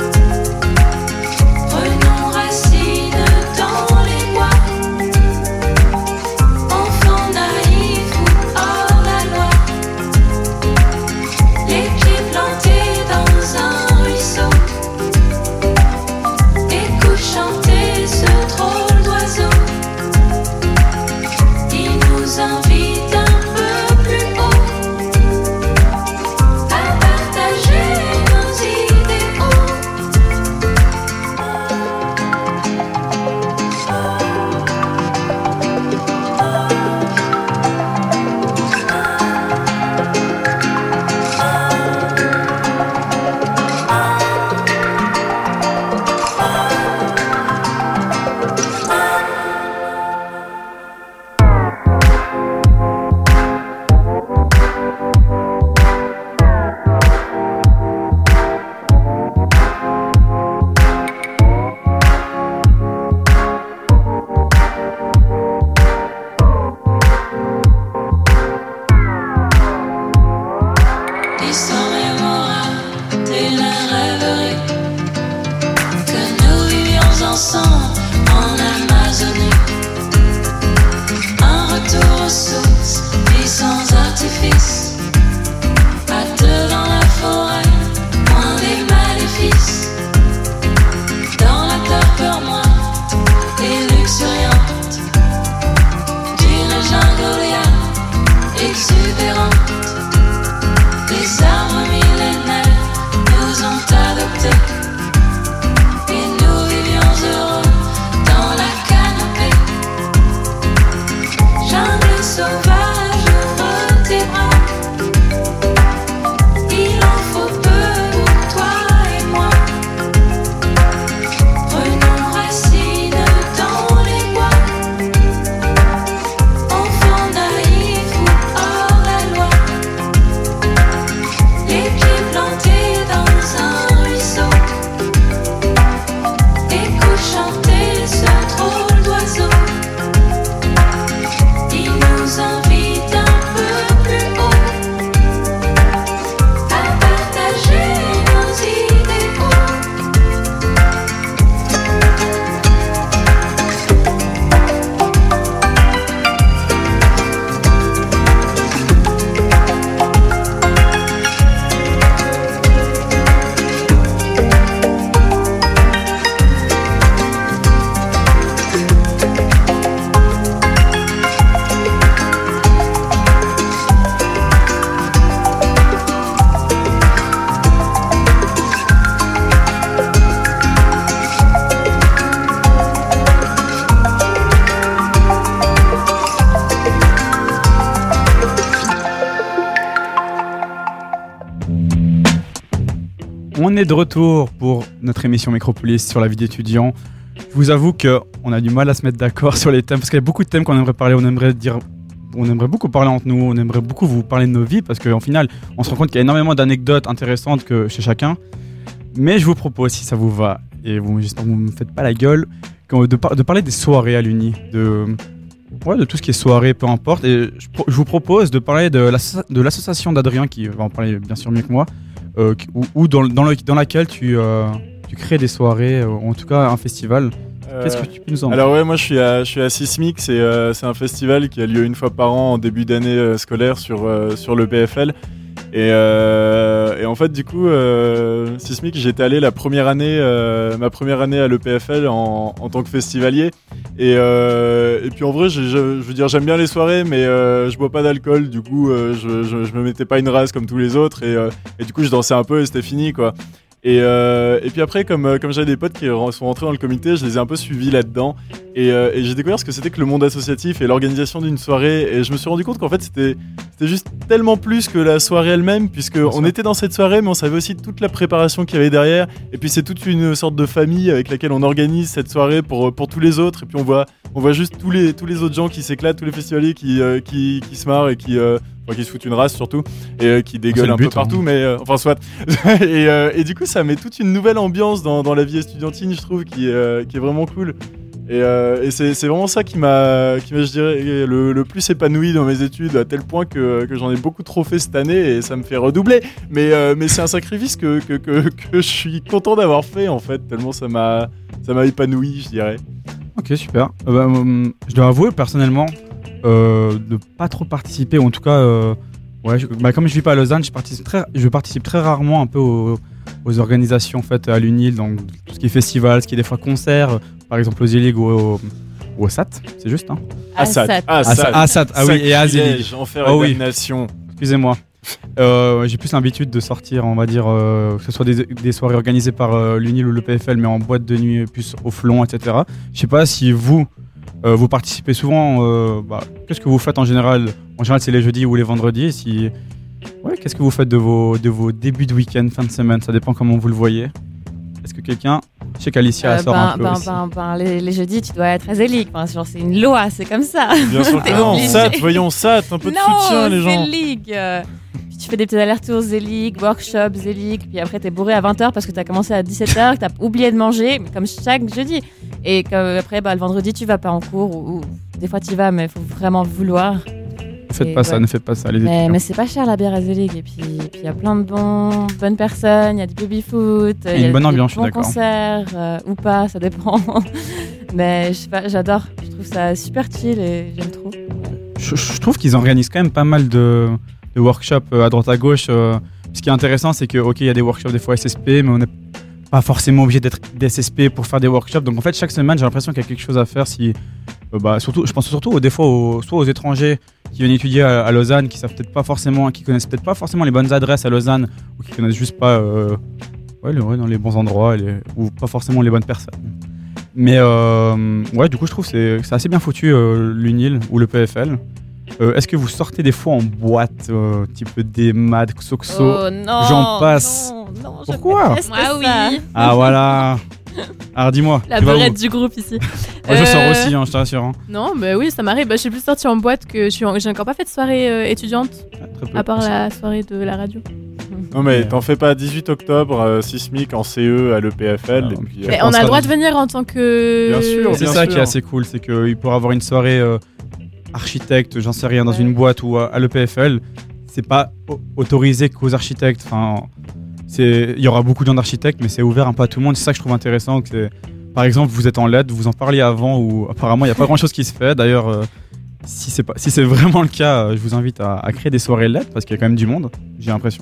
Prenons racine dans les bois. Enfants naïfs ou hors la loi. Les pieds plantés dans un ruisseau. Écoute chanter ce drôle d'oiseau. Il nous invite un peu plus haut à partager nos idéaux. L'histoire mémorable d'une rêverie que nous vivions ensemble en Amazonie. Un retour aux sources, vie sans artifice. À deux dans la forêt, loin des maléfices. Dans la torpeur moite et luxuriante d'une jungle exubérante. Les arbres millénaires nous ont adoptés et nous vivions heureux On est de retour pour notre émission Micropolis sur la vie d'étudiant. Je vous avoue qu'on a du mal à se mettre d'accord sur les thèmes parce qu'il y a beaucoup de thèmes qu'on aimerait parler. On aimerait dire, on aimerait beaucoup parler entre nous. On aimerait beaucoup vous parler de nos vies parce qu'en final, on se rend compte qu'il y a énormément d'anecdotes intéressantes que chez chacun. Mais je vous propose, si ça vous va, et vous, j'espère que vous ne me faites pas la gueule, de, par- de parler des soirées à l'Uni, de, ouais, de tout ce qui est soirée, peu importe. Et je, pro- je vous propose de parler de, l'asso- de l'association d'Adrien, qui va en parler bien sûr mieux que moi, euh, qui- ou, ou dans, dans, le- dans laquelle tu, euh, tu crées des soirées, euh, ou en tout cas un festival. Euh, Qu'est-ce que tu peux nous en dire? Alors ouais, moi je suis à, je suis à Sismic, c'est euh, c'est un festival qui a lieu une fois par an en début d'année euh, scolaire sur, euh, sur le P F L. Et, euh, et en fait, du coup, euh, Sismic, j'étais allé la première année, euh, ma première année à l'E P F L en, en tant que festivalier. Et, euh, et puis en vrai, je, je, je veux dire, j'aime bien les soirées, mais euh, je bois pas d'alcool. Du coup, euh, je, je, je me mettais pas une race comme tous les autres. Et, euh, et du coup, je dansais un peu et c'était fini, quoi. Et, euh, et puis après, comme, comme j'avais des potes qui sont rentrés dans le comité, je les ai un peu suivis là-dedans. Et, euh, et j'ai découvert ce que c'était que le monde associatif et l'organisation d'une soirée. Et je me suis rendu compte qu'en fait, c'était, c'était juste tellement plus que la soirée elle-même, puisqu'on était dans cette soirée, mais on savait aussi toute la préparation qu'il y avait derrière. Et puis c'est toute une sorte de famille avec laquelle on organise cette soirée pour, pour tous les autres. Et puis on voit, on voit juste tous les, tous les autres gens qui s'éclatent, tous les festivaliers qui, euh, qui, qui se marrent et qui... Euh, Enfin, qui se foutent une race surtout et euh, qui dégueulent le un but, peu partout, hein. mais euh, enfin soit. et, euh, et du coup, ça met toute une nouvelle ambiance dans, dans la vie estudiantine, je trouve, qui, euh, qui est vraiment cool. Et, euh, et c'est, c'est vraiment ça qui m'a, qui m'a je dirais, le, le plus épanoui dans mes études, à tel point que, que j'en ai beaucoup trop fait cette année et ça me fait redoubler. Mais, euh, mais c'est un sacrifice que, que, que, que je suis content d'avoir fait, en fait, tellement ça m'a, ça m'a épanoui, je dirais. Ok, super. Euh, bah, hum, je dois avouer personnellement euh, de pas trop participer, ou en tout cas, euh, ouais, je- bah, comme je vis pas à Lausanne, je participe très, je participe très rarement un peu aux, aux organisations en fait à l'U N I L, donc tout ce qui est festival, ce qui est des fois concert, euh, par exemple aux Zelig ou au, ou au S A T, c'est juste, hein? Assad. Assad. Assad. Assad, ah oui, et à Zelig. Sacrilège, enfer Ah et oui. damnation. Excusez-moi. Euh, j'ai plus l'habitude de sortir, on va dire, euh, que ce soit des, des soirées organisées par euh, l'U N I L ou le P F L, mais en boîte de nuit, plus au flon, et cetera. Je sais pas si vous, euh, vous participez souvent. Euh, bah, qu'est-ce que vous faites en général? En général, c'est les jeudis ou les vendredis. et Si, ouais, qu'est-ce que vous faites de vos, de vos débuts de week-end, fin de semaine? Ça dépend comment vous le voyez. Est-ce que quelqu'un, je sais qu'Alicia Euh, sort ben, un peu ben, aussi. ben, ben, les, les jeudis, tu dois être à Zelig. Enfin, genre, c'est une loi, c'est comme ça. Bien sûr que T'es non. obligé. S A T, voyons, S A T, un peu de soutien, les gens. Zelig. euh, puis tu fais des petits allers-retours Zelig, workshop Zelig, puis après t'es bourré à vingt heures parce que t'as commencé à dix-sept heures, que t'as oublié de manger, mais comme chaque jeudi. Et que, après, bah, le vendredi, tu vas pas en cours, ou, ou des fois tu y vas, mais il faut vraiment vouloir. Ne faites et pas ça, ouais. ne faites pas ça, les Mais, étudiants. mais c'est pas cher la bière à Zelig, et puis il y a plein de bons, bonnes personnes, il y a du baby-foot, il Et y a une bonne des ambiance, je suis bons d'accord. concerts, euh, ou pas, ça dépend. Mais je sais pas, j'adore, je trouve ça super chill et j'aime trop. Je, je trouve qu'ils organisent quand même pas mal de, de workshops euh, à droite à gauche. euh. Ce qui est intéressant, c'est que ok, il y a des workshops des fois S S P, mais on n'est pas forcément obligé d'être des S S P pour faire des workshops. Donc en fait, chaque semaine, j'ai l'impression qu'il y a quelque chose à faire. Si, euh, bah, surtout, je pense surtout aux, des fois aux, soit aux étrangers qui viennent étudier à, à Lausanne, qui savent peut-être pas forcément, qui connaissent peut-être pas forcément les bonnes adresses à Lausanne, ou qui connaissent juste pas, euh, ouais, le- ouais, dans les bons endroits, et les- ou pas forcément les bonnes personnes. Mais euh, ouais, du coup, je trouve que c'est c'est assez bien foutu euh, l'U N I L ou le P F L. Euh, Est-ce que vous sortez des fois en boîte, euh, type des Mad, Soxo? Oh non, j'en passe. Non, non, je Pourquoi? déteste Moi, ça. oui. Ah voilà. Alors dis-moi. La tu vas où? beurette du groupe ici. Moi, je sors Euh, aussi, hein, je te rassure. hein. Non, bah oui, ça m'arrive. Bah, je suis plus sortie en boîte que je suis. en- J'ai encore pas fait de soirée euh, étudiante, Très peu. à part la soirée de la radio. Non mais t'en fais pas, dix-huit octobre, euh, Sismic en C E à l'E P F L. Ah, et puis, euh, Mais pense on a à- le droit de venir en tant que. Bien sûr, C'est bien ça sûr. qui est assez cool, c'est qu'il pourra avoir une soirée euh, architecte, j'en sais rien, dans Ouais. une boîte ou à, à l'E P F L. C'est pas au- autorisé qu'aux architectes. Enfin, c'est- il y aura beaucoup de gens d'architectes, mais c'est ouvert un peu à tout le monde. C'est ça que je trouve intéressant. Que c'est- par exemple, vous êtes en L E D, vous en parliez avant, ou apparemment il n'y a pas grand chose qui se fait. D'ailleurs, euh, si c'est pas, si c'est vraiment le cas, euh, je vous invite à, à créer des soirées L E D parce qu'il y a quand même du monde, j'ai l'impression.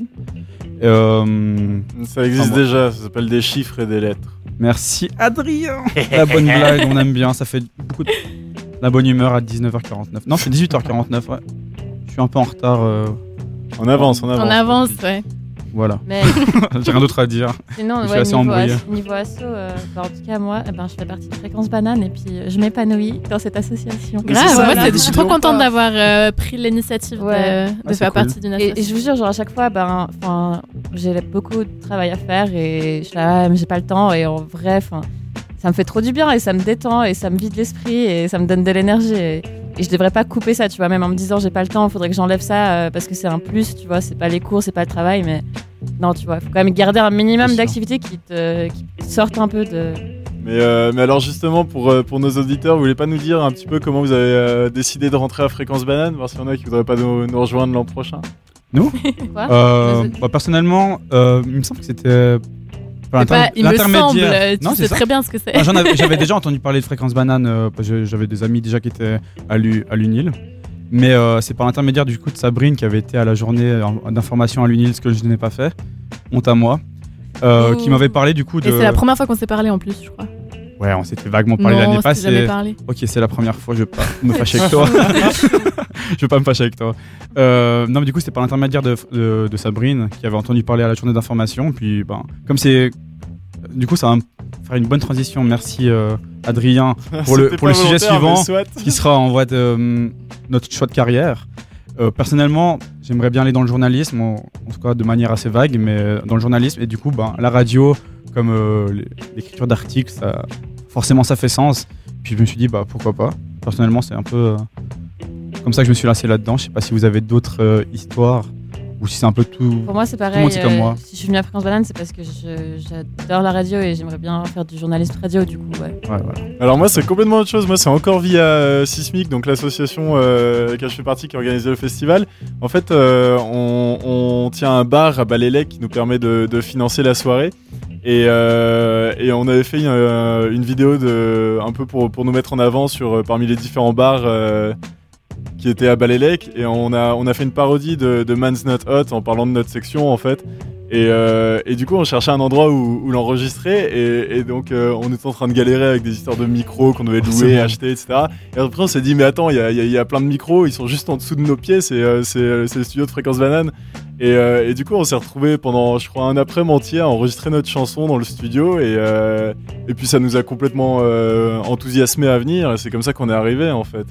Euh, Ça existe Ah, bon. déjà, ça s'appelle des chiffres et des lettres. Merci Adrien. La bonne blague, on aime bien, ça fait beaucoup de la bonne humeur à dix-neuf heures quarante-neuf. Non, c'est dix-huit heures quarante-neuf, ouais. Je suis un peu en retard, euh, On avance, on avance. On avance, ouais. voilà. Mais J'ai rien d'autre à dire. sinon, Je suis ouais, assez niveau, embrouillé. asso, niveau asso, euh, bah, en tout cas, moi, eh ben, je fais partie de Fréquence Banane et puis euh, je m'épanouis dans cette association. Mais Grave, c'est ça, moi, là, c'est- je suis trop n'oublions contente pas. d'avoir euh, pris l'initiative Ouais. de, de c'est faire cool. partie d'une Et, association. et je vous jure, genre à chaque fois, ben, enfin, j'ai beaucoup de travail à faire et je suis là, ah, mais j'ai pas le temps. Et en vrai, enfin, ça me fait trop du bien et ça me détend et ça me vide l'esprit et ça me donne de l'énergie. Et, et je devrais pas couper ça, tu vois, même en me disant j'ai pas le temps, il faudrait que j'enlève ça euh, parce que c'est un plus, tu vois, c'est pas les cours, c'est pas le travail, mais non, tu vois, il faut quand même garder un minimum d'activités qui te, qui te sortent un peu de. Mais, euh, mais alors justement pour, euh, pour nos auditeurs, vous voulez pas nous dire un petit peu comment vous avez euh, décidé de rentrer à Fréquence Banane, voir s'il y en a qui voudraient pas nous, nous rejoindre l'an prochain? Nous Quoi euh, bah, Personnellement, euh, il me semble que c'était enfin, C'est pas, il me semble, l'intermédiaire. tu Non, sais c'est ça. très bien ce que c'est. Ah, j'en avais- J'avais déjà entendu parler de Fréquence Banane, euh, parce que j'avais des amis déjà qui étaient à l'U- à l'UNIL. Mais euh, c'est par l'intermédiaire du coup de Sabrine qui avait été à la journée en- d'information à l'UNIL, ce que je n'ai pas fait, honte à moi, euh, Ouh. qui m'avait parlé du coup de... Et c'est la première fois qu'on s'est parlé en plus, je crois. Ouais, on s'était vaguement parlé Non, l'année on s'était passée. jamais parlé. Ok, c'est la première fois, je vais pas me fâcher avec toi. Je vais pas me fâcher avec toi. Euh, non, mais du coup, c'était par l'intermédiaire de, de, de Sabrine qui avait entendu parler à la journée d'information. Puis, ben, comme c'est. Du coup, ça va me faire une bonne transition. Merci euh, Adrien pour le, C'était pour le pas sujet volontaire, suivant mais soit. qui sera en voie de euh, notre choix de carrière. Euh, personnellement, j'aimerais bien aller dans le journalisme, en, en tout cas de manière assez vague, mais euh, dans le journalisme. Et du coup, ben, la radio, comme euh, les- l'écriture d'articles, ça, forcément ça fait sens. Puis je me suis dit, bah, pourquoi pas. Personnellement, c'est un peu euh, comme ça que je me suis lancé là-dedans. Je sais pas si vous avez d'autres euh, histoires ou si c'est un peu tout. Pour moi, c'est Tout le pareil. monde, c'est comme euh, moi. Si je suis venue à Fréquence Banane, c'est parce que je- j'adore la radio et j'aimerais bien faire du journalisme radio, du coup, ouais. Ouais, voilà. Alors moi c'est complètement autre chose, moi c'est encore via euh, Sismic, donc l'association euh, laquelle je fais partie qui organise le festival. En fait euh, on, on tient un bar à Balélec qui nous permet de, de financer la soirée. Et, euh, et on avait fait une, euh, une vidéo de, un peu pour, pour nous mettre en avant sur, euh, parmi les différents bars euh, qui étaient à Balélec. Et on a, on a fait une parodie de, de Man's Not Hot en parlant de notre section en fait. Et, euh, et du coup, on cherchait un endroit où, où l'enregistrer. Et, et donc, euh, on était en train de galérer avec des histoires de micros qu'on devait louer, Forcément. acheter, et cetera. Et après, on s'est dit, mais attends, il y a, il y a- il y a plein de micros, ils sont juste en dessous de nos pieds. C'est euh, c'est, euh, c'est le studio de Fréquence Banane. Et, euh, et du coup, on s'est retrouvés pendant, je crois, un après-midi entier à enregistrer notre chanson dans le studio. Et, euh, et puis, ça nous a complètement euh, enthousiasmés à venir. Et c'est comme ça qu'on est arrivé, en fait.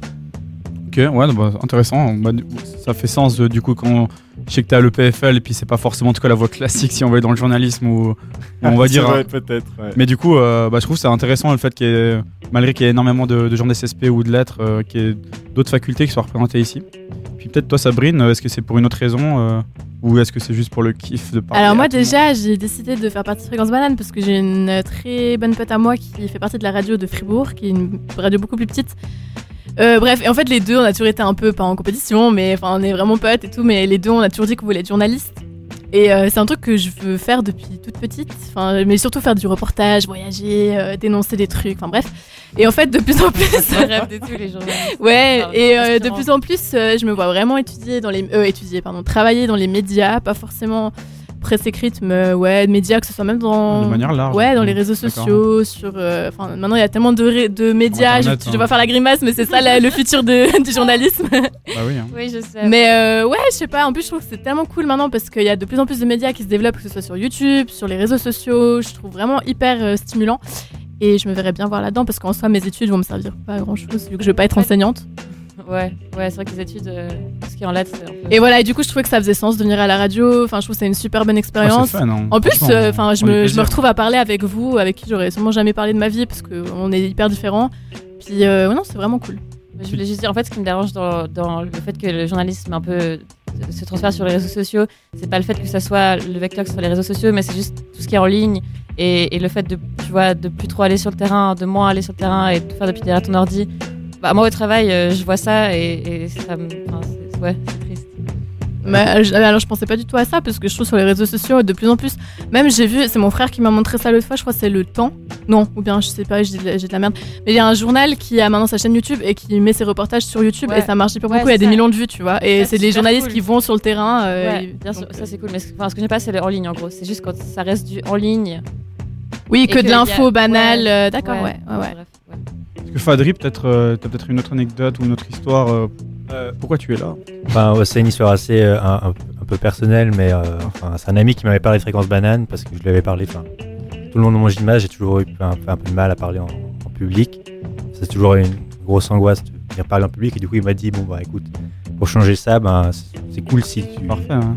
Ok, ouais, bah, intéressant. Bah, du- ça fait sens euh, du coup quand je sais que t'es à l'E P F L et puis c'est pas forcément en tout cas la voie classique si on va aller dans le journalisme ou, ou on va C'est dire. vrai, hein. peut-être. Ouais. Mais du coup, euh, bah, je trouve que c'est intéressant le fait qu'il y ait, malgré qu'il y ait énormément de, de gens d'S S P ou de lettres, euh, qu'il y ait d'autres facultés qui soient représentées ici. Puis peut-être toi, Sabrine, euh, est-ce que c'est pour une autre raison euh, ou est-ce que c'est juste pour le kiff de parler Alors moi à tout le monde déjà j'ai décidé de faire partie de Fréquence Banane parce que j'ai une euh, très bonne pote à moi qui fait partie de la radio de Fribourg, qui est une radio beaucoup plus petite. Euh, bref, et en fait les deux on a toujours été un peu, pas en compétition, mais enfin on est vraiment potes et tout, mais les deux on a toujours dit qu'on voulait être journaliste. Et euh, c'est un truc que je veux faire depuis toute petite, enfin, mais surtout faire du reportage, voyager, euh, dénoncer des trucs, enfin bref. Et en fait de plus en plus... C'est le rêve de tous les journalistes. Ouais, Enfin, et euh, de inspirant. plus en plus, euh, je me vois vraiment étudier dans les, euh, étudier, pardon, travailler dans les médias, pas forcément presse écrite, mais ouais, médias, que ce soit même dans, De manière large. ouais, dans les Mmh, réseaux d'accord. sociaux, sur, euh, enfin, maintenant il y a tellement de, ré- de médias, je, Internet, je hein. vais faire la grimace, mais c'est ça la- le futur de, du journalisme. Bah oui. Hein. Oui, je sais. Mais euh, ouais, je sais pas, en plus je trouve que c'est tellement cool maintenant parce qu'il y a de plus en plus de médias qui se développent, que ce soit sur YouTube, sur les réseaux sociaux, je trouve vraiment hyper euh, stimulant. Et je me verrais bien voir là-dedans parce qu'en soi mes études vont me servir pas à grand chose vu que je vais pas être Ouais. enseignante. Ouais, ouais, c'est vrai que les études, euh, tout ce qui est en lettres, c'est un peu. Et voilà, et du coup je trouvais que ça faisait sens de venir à la radio, enfin je trouve que c'est une super bonne Ah, expérience. c'est fun, hein. En plus, Franchement, euh, enfin, je, on est me, je me plaisir. retrouve à parler avec vous, avec qui j'aurais sûrement jamais parlé de ma vie parce qu'on est hyper différents. Puis euh, ouais, non, c'est vraiment cool. Je voulais juste dire, en fait, ce qui me dérange dans, dans le fait que le journalisme un peu se transfère sur les réseaux sociaux, c'est pas le fait que ça soit le vecteur que ce soit les réseaux sociaux, mais c'est juste tout ce qui est en ligne et, et le fait de, tu vois, de plus trop aller sur le terrain, de moins aller sur le terrain et de tout faire depuis derrière ton ordi. Bah, moi, au travail, euh, je vois ça et, et ça me. Enfin, c'est, ouais, c'est triste. Mais, euh, je- alors je pensais pas du tout à ça parce que je trouve sur les réseaux sociaux de plus en plus, même j'ai vu, c'est mon frère qui m'a montré ça l'autre fois, je crois que c'est Le Temps, non, ou bien je sais pas, j'ai de, la- j'ai de la merde, mais il y a un journal qui a maintenant sa chaîne YouTube et qui met ses reportages sur YouTube Ouais. et ça marche hyper Ouais, beaucoup, il y a c'est des ça. millions de vues, tu vois, et Ça, c'est c'est les super journalistes cool. qui vont sur le terrain. euh, Ouais, et- bien sûr, donc, ça c'est cool. Mais ce, enfin, ce que j'aime pas, c'est le en ligne en gros. C'est juste quand ça reste du en ligne. Oui, et que de qu'il y a- l'info banale, ouais, euh, d'accord, ouais, ouais, ouais. Bref, ouais. Parce que Fadri, peut-être, euh, t'as peut-être une autre anecdote ou une autre histoire. euh, euh, pourquoi tu es là Enfin, ouais, c'est une histoire assez euh, un, un- un peu personnelle, mais euh, enfin, c'est un ami qui m'avait parlé de Fréquence Banane parce que je lui avais parlé. Enfin, tout le long de mon gymnase, j'ai toujours eu un, peu- un peu de mal à parler en, en public. C'est toujours une grosse angoisse de venir parler en public. Et du coup, il m'a dit bon bah écoute, pour changer ça, ben c'est c'est cool si tu Parfait. Hein.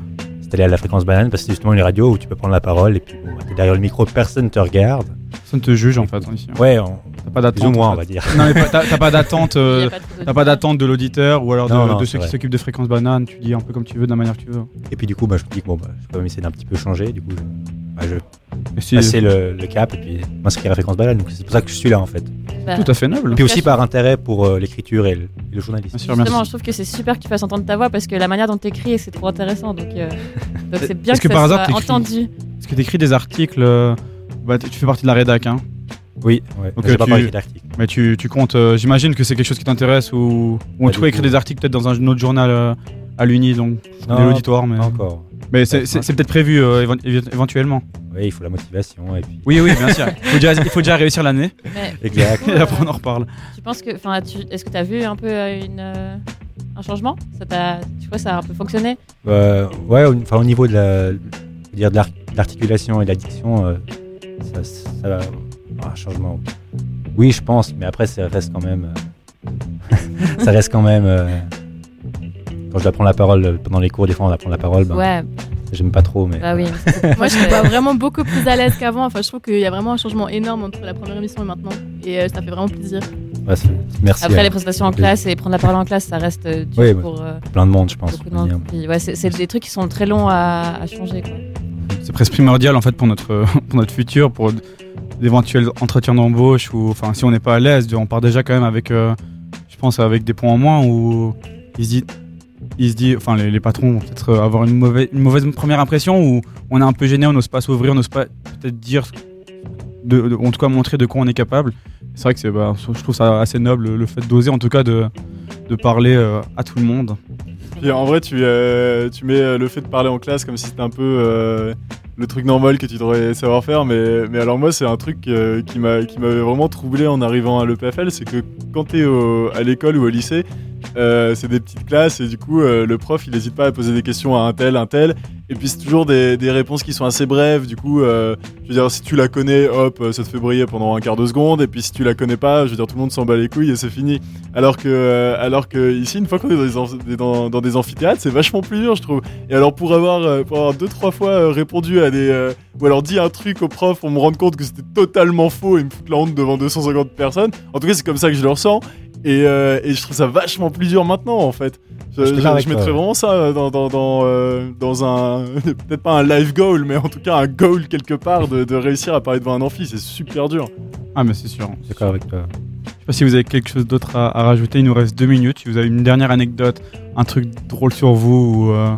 c'est aller à la fréquence banane parce que c'est justement une radio où tu peux prendre la parole et puis bon, bah, t'es derrière le micro, personne te regarde. Personne te juge en fait ici. Ouais, on... t'as pas d'attente. Plus ou moins, en on fait. va dire. Non, mais pas- t'as, t'as pas d'attente. euh, Il y a pas trop t'as pas d'attente de l'auditeur ou alors de, Non, non, de c'est ceux qui vrai. s'occupent de fréquence banane. Tu dis un peu comme tu veux, de la manière que tu veux. Et puis du coup, bah, je me dis que bon, bah, je peux quand même essayer d'un petit peu changer. Du coup, je, bah, je Et si- passer le, le cap et puis m'inscrire à fréquence banane. Donc c'est pour ça que je suis là en fait. Bah, Tout à fait noble. Et puis aussi par intérêt pour euh, l'écriture et le, et le journalisme. Bien sûr, Justement, merci. je trouve que c'est super que tu fasses entendre ta voix parce que la manière dont tu écris, c'est trop intéressant. Donc, euh, donc c'est bien Est-ce que, que ça par hasard, soit t'écris- entendu. Est-ce que tu écris des articles euh, bah, t- Tu fais partie de la rédac, hein. Oui, ouais. Donc, j'ai euh, pas tu- parlé d'article. Mais tu, tu comptes. euh, J'imagine que c'est quelque chose qui t'intéresse ou, ou en Pas tout du cas écrire tout. des articles peut-être dans un autre journal euh, à l'Uni, donc Non, de l'auditoire. Mais, Pas encore. mais c'est, c'est- c'est peut-être prévu euh, éven- évi- éventuellement. Oui, il faut la motivation et puis. Oui, oui, bien sûr. Il faut déjà, il faut déjà réussir l'année. Mais Exact. du coup, Et après, euh, on en reparle. tu penses que, enfin, tu, est-ce que tu as vu un peu euh, une, euh, un changement ça t'a, Tu vois, ça a un peu fonctionné. Euh, ouais, au, enfin, au niveau de, la, je veux dire de, l'ar- de l'articulation et de la diction, euh, ça, ça va. Un changement. Oui, je pense, mais après, ça reste quand même. euh, ça reste quand même. euh, quand je dois prendre la parole euh, pendant les cours, des fois, on apprend la parole. Ben, Ouais, J'aime pas trop, mais. bah oui. Moi, je me vois vraiment beaucoup plus à l'aise qu'avant. Enfin, je trouve qu'il y a vraiment un changement énorme entre la première émission et maintenant. Et euh, ça fait vraiment plaisir. Ouais, c'est- merci. Après à- les présentations en classe et prendre la parole en classe, ça reste euh, dur Oui, bah, pour euh, plein de monde, je pense. beaucoup de monde. Puis, ouais, c'est, c'est des trucs qui sont très longs à, à changer. Quoi. C'est presque primordial en fait pour notre, pour notre futur, pour d'éventuels entretiens d'embauche ou enfin si on n'est pas à l'aise, on part déjà quand même avec, euh, je pense avec des points en moins où ils se disent, ils se disent, enfin les, les patrons vont peut-être avoir une mauvaise, une mauvaise première impression où on est un peu gêné, on n'ose pas s'ouvrir, on n'ose pas peut-être dire, de, de- en tout cas montrer de quoi on est capable. C'est vrai que c'est, bah, je trouve ça assez noble le fait d'oser en tout cas de, de parler euh, à tout le monde. Puis en vrai, tu, euh, tu mets euh, le fait de parler en classe comme si c'était un peu euh, le truc normal que tu devrais savoir faire. Mais, mais alors moi, c'est un truc euh, qui m'a, qui m'avait vraiment troublé en arrivant à l'E P F L. C'est que quand tu es à l'école ou au lycée, euh, c'est des petites classes et du coup, euh, le prof, il n'hésite pas à poser des questions à un tel, un tel. Et puis c'est toujours des, des réponses qui sont assez brèves. Du coup, euh, je veux dire, si tu la connais, hop, ça te fait briller pendant un quart de seconde. Et puis si tu la connais pas, je veux dire, tout le monde s'en bat les couilles et c'est fini. Alors que, euh, alors que ici, une fois qu'on est dans des, amph- dans, dans des amphithéâtres, c'est vachement plus dur, je trouve. Et alors pour avoir, euh, pour avoir deux, trois fois euh, répondu à des, euh, ou alors dit un truc au prof, on me rend compte que c'était totalement faux et me foutre la honte devant deux cent cinquante personnes. En tout cas, c'est comme ça que je le ressens. Et, euh, et je trouve ça vachement plus dur maintenant, en fait. Je, Je suis je- d'accord je avec mettrais toi, ouais. vraiment ça dans, dans, dans, euh, dans un, peut-être pas un live goal, mais en tout cas un goal quelque part de, de réussir à parler devant un amphi. C'est super dur. Ah mais c'est sûr. Je suis d'accord avec toi. Je sais pas si vous avez quelque chose d'autre à, à rajouter, il nous reste deux minutes. Si vous avez une dernière anecdote, un truc drôle sur vous ou. euh,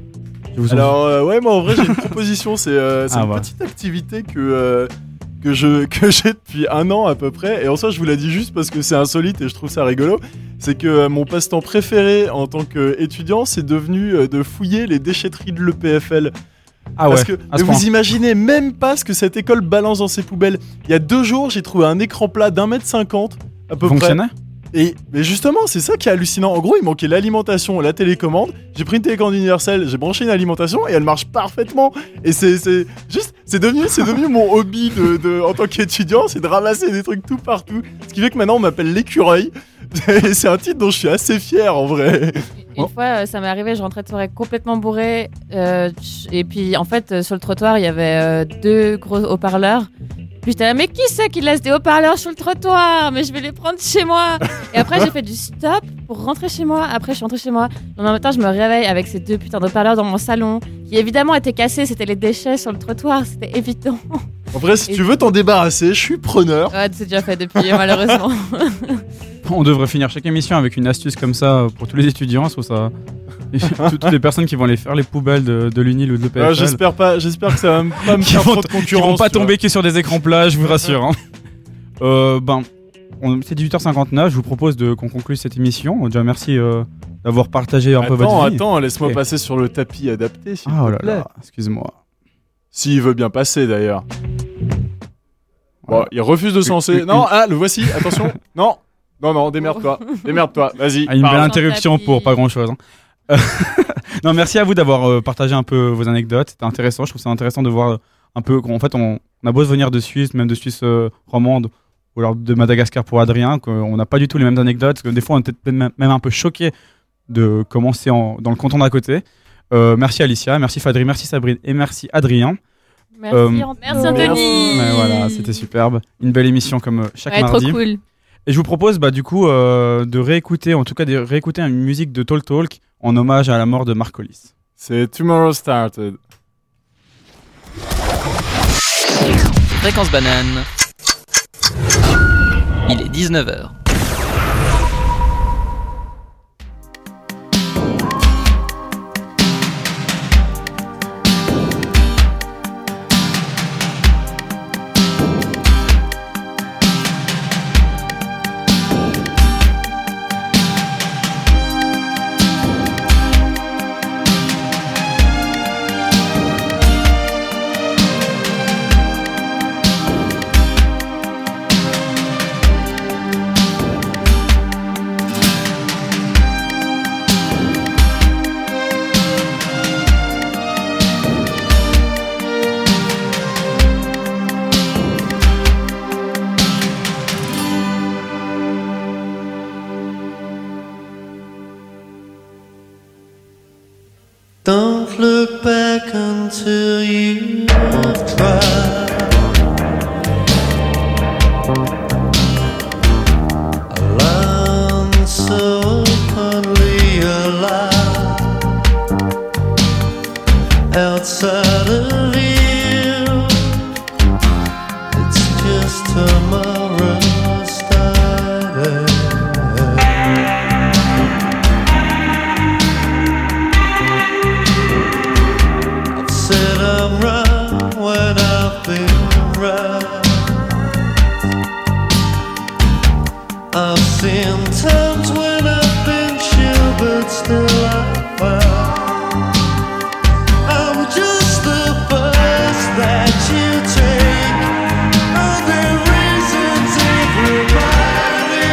je vous en- Alors euh, ouais, moi en vrai j'ai une proposition, c'est euh, c'est Ah, une voilà. petite activité que euh, que je que j'ai depuis un an à peu près. Et en soi, je vous l'ai dit juste parce que c'est insolite et je trouve ça rigolo. C'est que euh, mon passe-temps préféré en tant qu'étudiant, c'est devenu euh, de fouiller les déchetteries de l'E P F L. Ah ouais, Parce que à ce mais vous point. imaginez même pas ce que cette école balance dans ses poubelles. Il y a deux jours, j'ai trouvé un écran plat d'un mètre cinquante à peu près. Fonctionnait. Et mais justement, c'est ça qui est hallucinant. En gros, il manquait l'alimentation, la télécommande. J'ai pris une télécommande universelle, j'ai branché une alimentation et elle marche parfaitement. Et c'est c'est juste, c'est devenu, c'est devenu mon hobby de, de- en tant qu'étudiant, c'est de ramasser des trucs tout partout. Ce qui fait que maintenant on m'appelle l'écureuil. Et c'est un titre dont je suis assez fier en vrai. Une fois, euh, ça m'est arrivé, je rentrais de soirée complètement bourrée. euh, et puis, en fait, euh, sur le trottoir, il y avait euh, deux gros haut-parleurs. Puis j'étais là, mais qui c'est qui laisse des haut-parleurs sur le trottoir? Mais je vais les prendre chez moi. Et après, j'ai fait du stop pour rentrer chez moi. Après, je suis rentrée chez moi. Le lendemain matin, je me réveille avec ces deux putains d'haut-parleurs dans mon salon, qui évidemment étaient cassés. C'était les déchets sur le trottoir. C'était évident. En vrai, si Et- tu veux t'en débarrasser, je suis preneur. Ouais, c'est déjà fait depuis, malheureusement. On devrait finir chaque émission avec une astuce comme ça pour tous les étudiants. Je trouve ça. Tout- Toutes les personnes qui vont aller faire les poubelles de, de l'Uni ou de l'E P F L. Ah, j'espère pas, j'espère que ça va m- pas me Qui faire vont, trop de qui vont concurrence. pas tu vois. tomber que sur des écrans plats, je vous rassure. hein. Euh, ben, on- c'est dix-huit heures cinquante-neuf. Je vous propose de, qu'on conclue cette émission. Déjà, merci euh, d'avoir partagé un peu votre Attends, vie. attends, laisse-moi Ok. passer sur le tapis adapté, s'il Ah, oh te là plaît. là, excuse-moi. S'il veut bien passer d'ailleurs. Bon, Voilà. il refuse de se lancer. une- Non, ah, le voici, attention. Non, non, non, démerde-toi. Démerde-toi, vas-y. Ah, une belle parle. interruption tapis. pour pas grand-chose. hein. Euh, non, merci à vous d'avoir euh, partagé un peu vos anecdotes. C'était intéressant. Je trouve ça intéressant de voir euh, un peu. En fait, on, on a beau venir de Suisse, même de Suisse euh, romande, ou alors de Madagascar pour Adrien, qu'on n'a pas du tout les mêmes anecdotes. Que des fois, on était peut-être même même un peu choqués de commencer en, dans le canton d'à côté. Euh, merci Alicia, merci Fadri, merci Sabrine et merci Adrien. Merci, Euh, Anthony. Merci, Anthony. Mais voilà, c'était superbe. Une belle émission comme euh, chaque Ouais, mardi. trop cool. Et je vous propose bah, du coup euh, de réécouter, en tout cas de réécouter une musique de Talk Talk en hommage à la mort de Marcolis. C'est Tomorrow Started. Fréquence banane. Il est dix-neuf heures. Don't look back until you've tried. I learned so openly alive. Outside of you, it's just tomorrow started. Said I'm right when I've been right. I've seen times when I've been sure, but still I find I'm just the bus that you take. Are there reasons everybody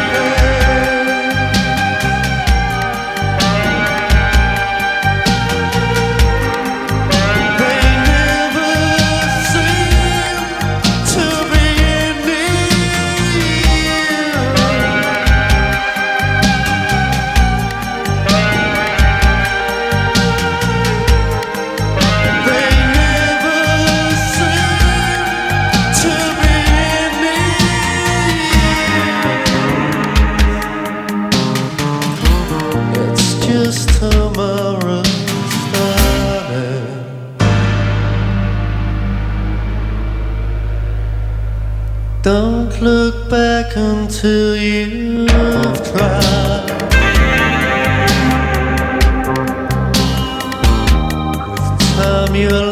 just tomorrow started. Don't look back until you've tried. With time you'll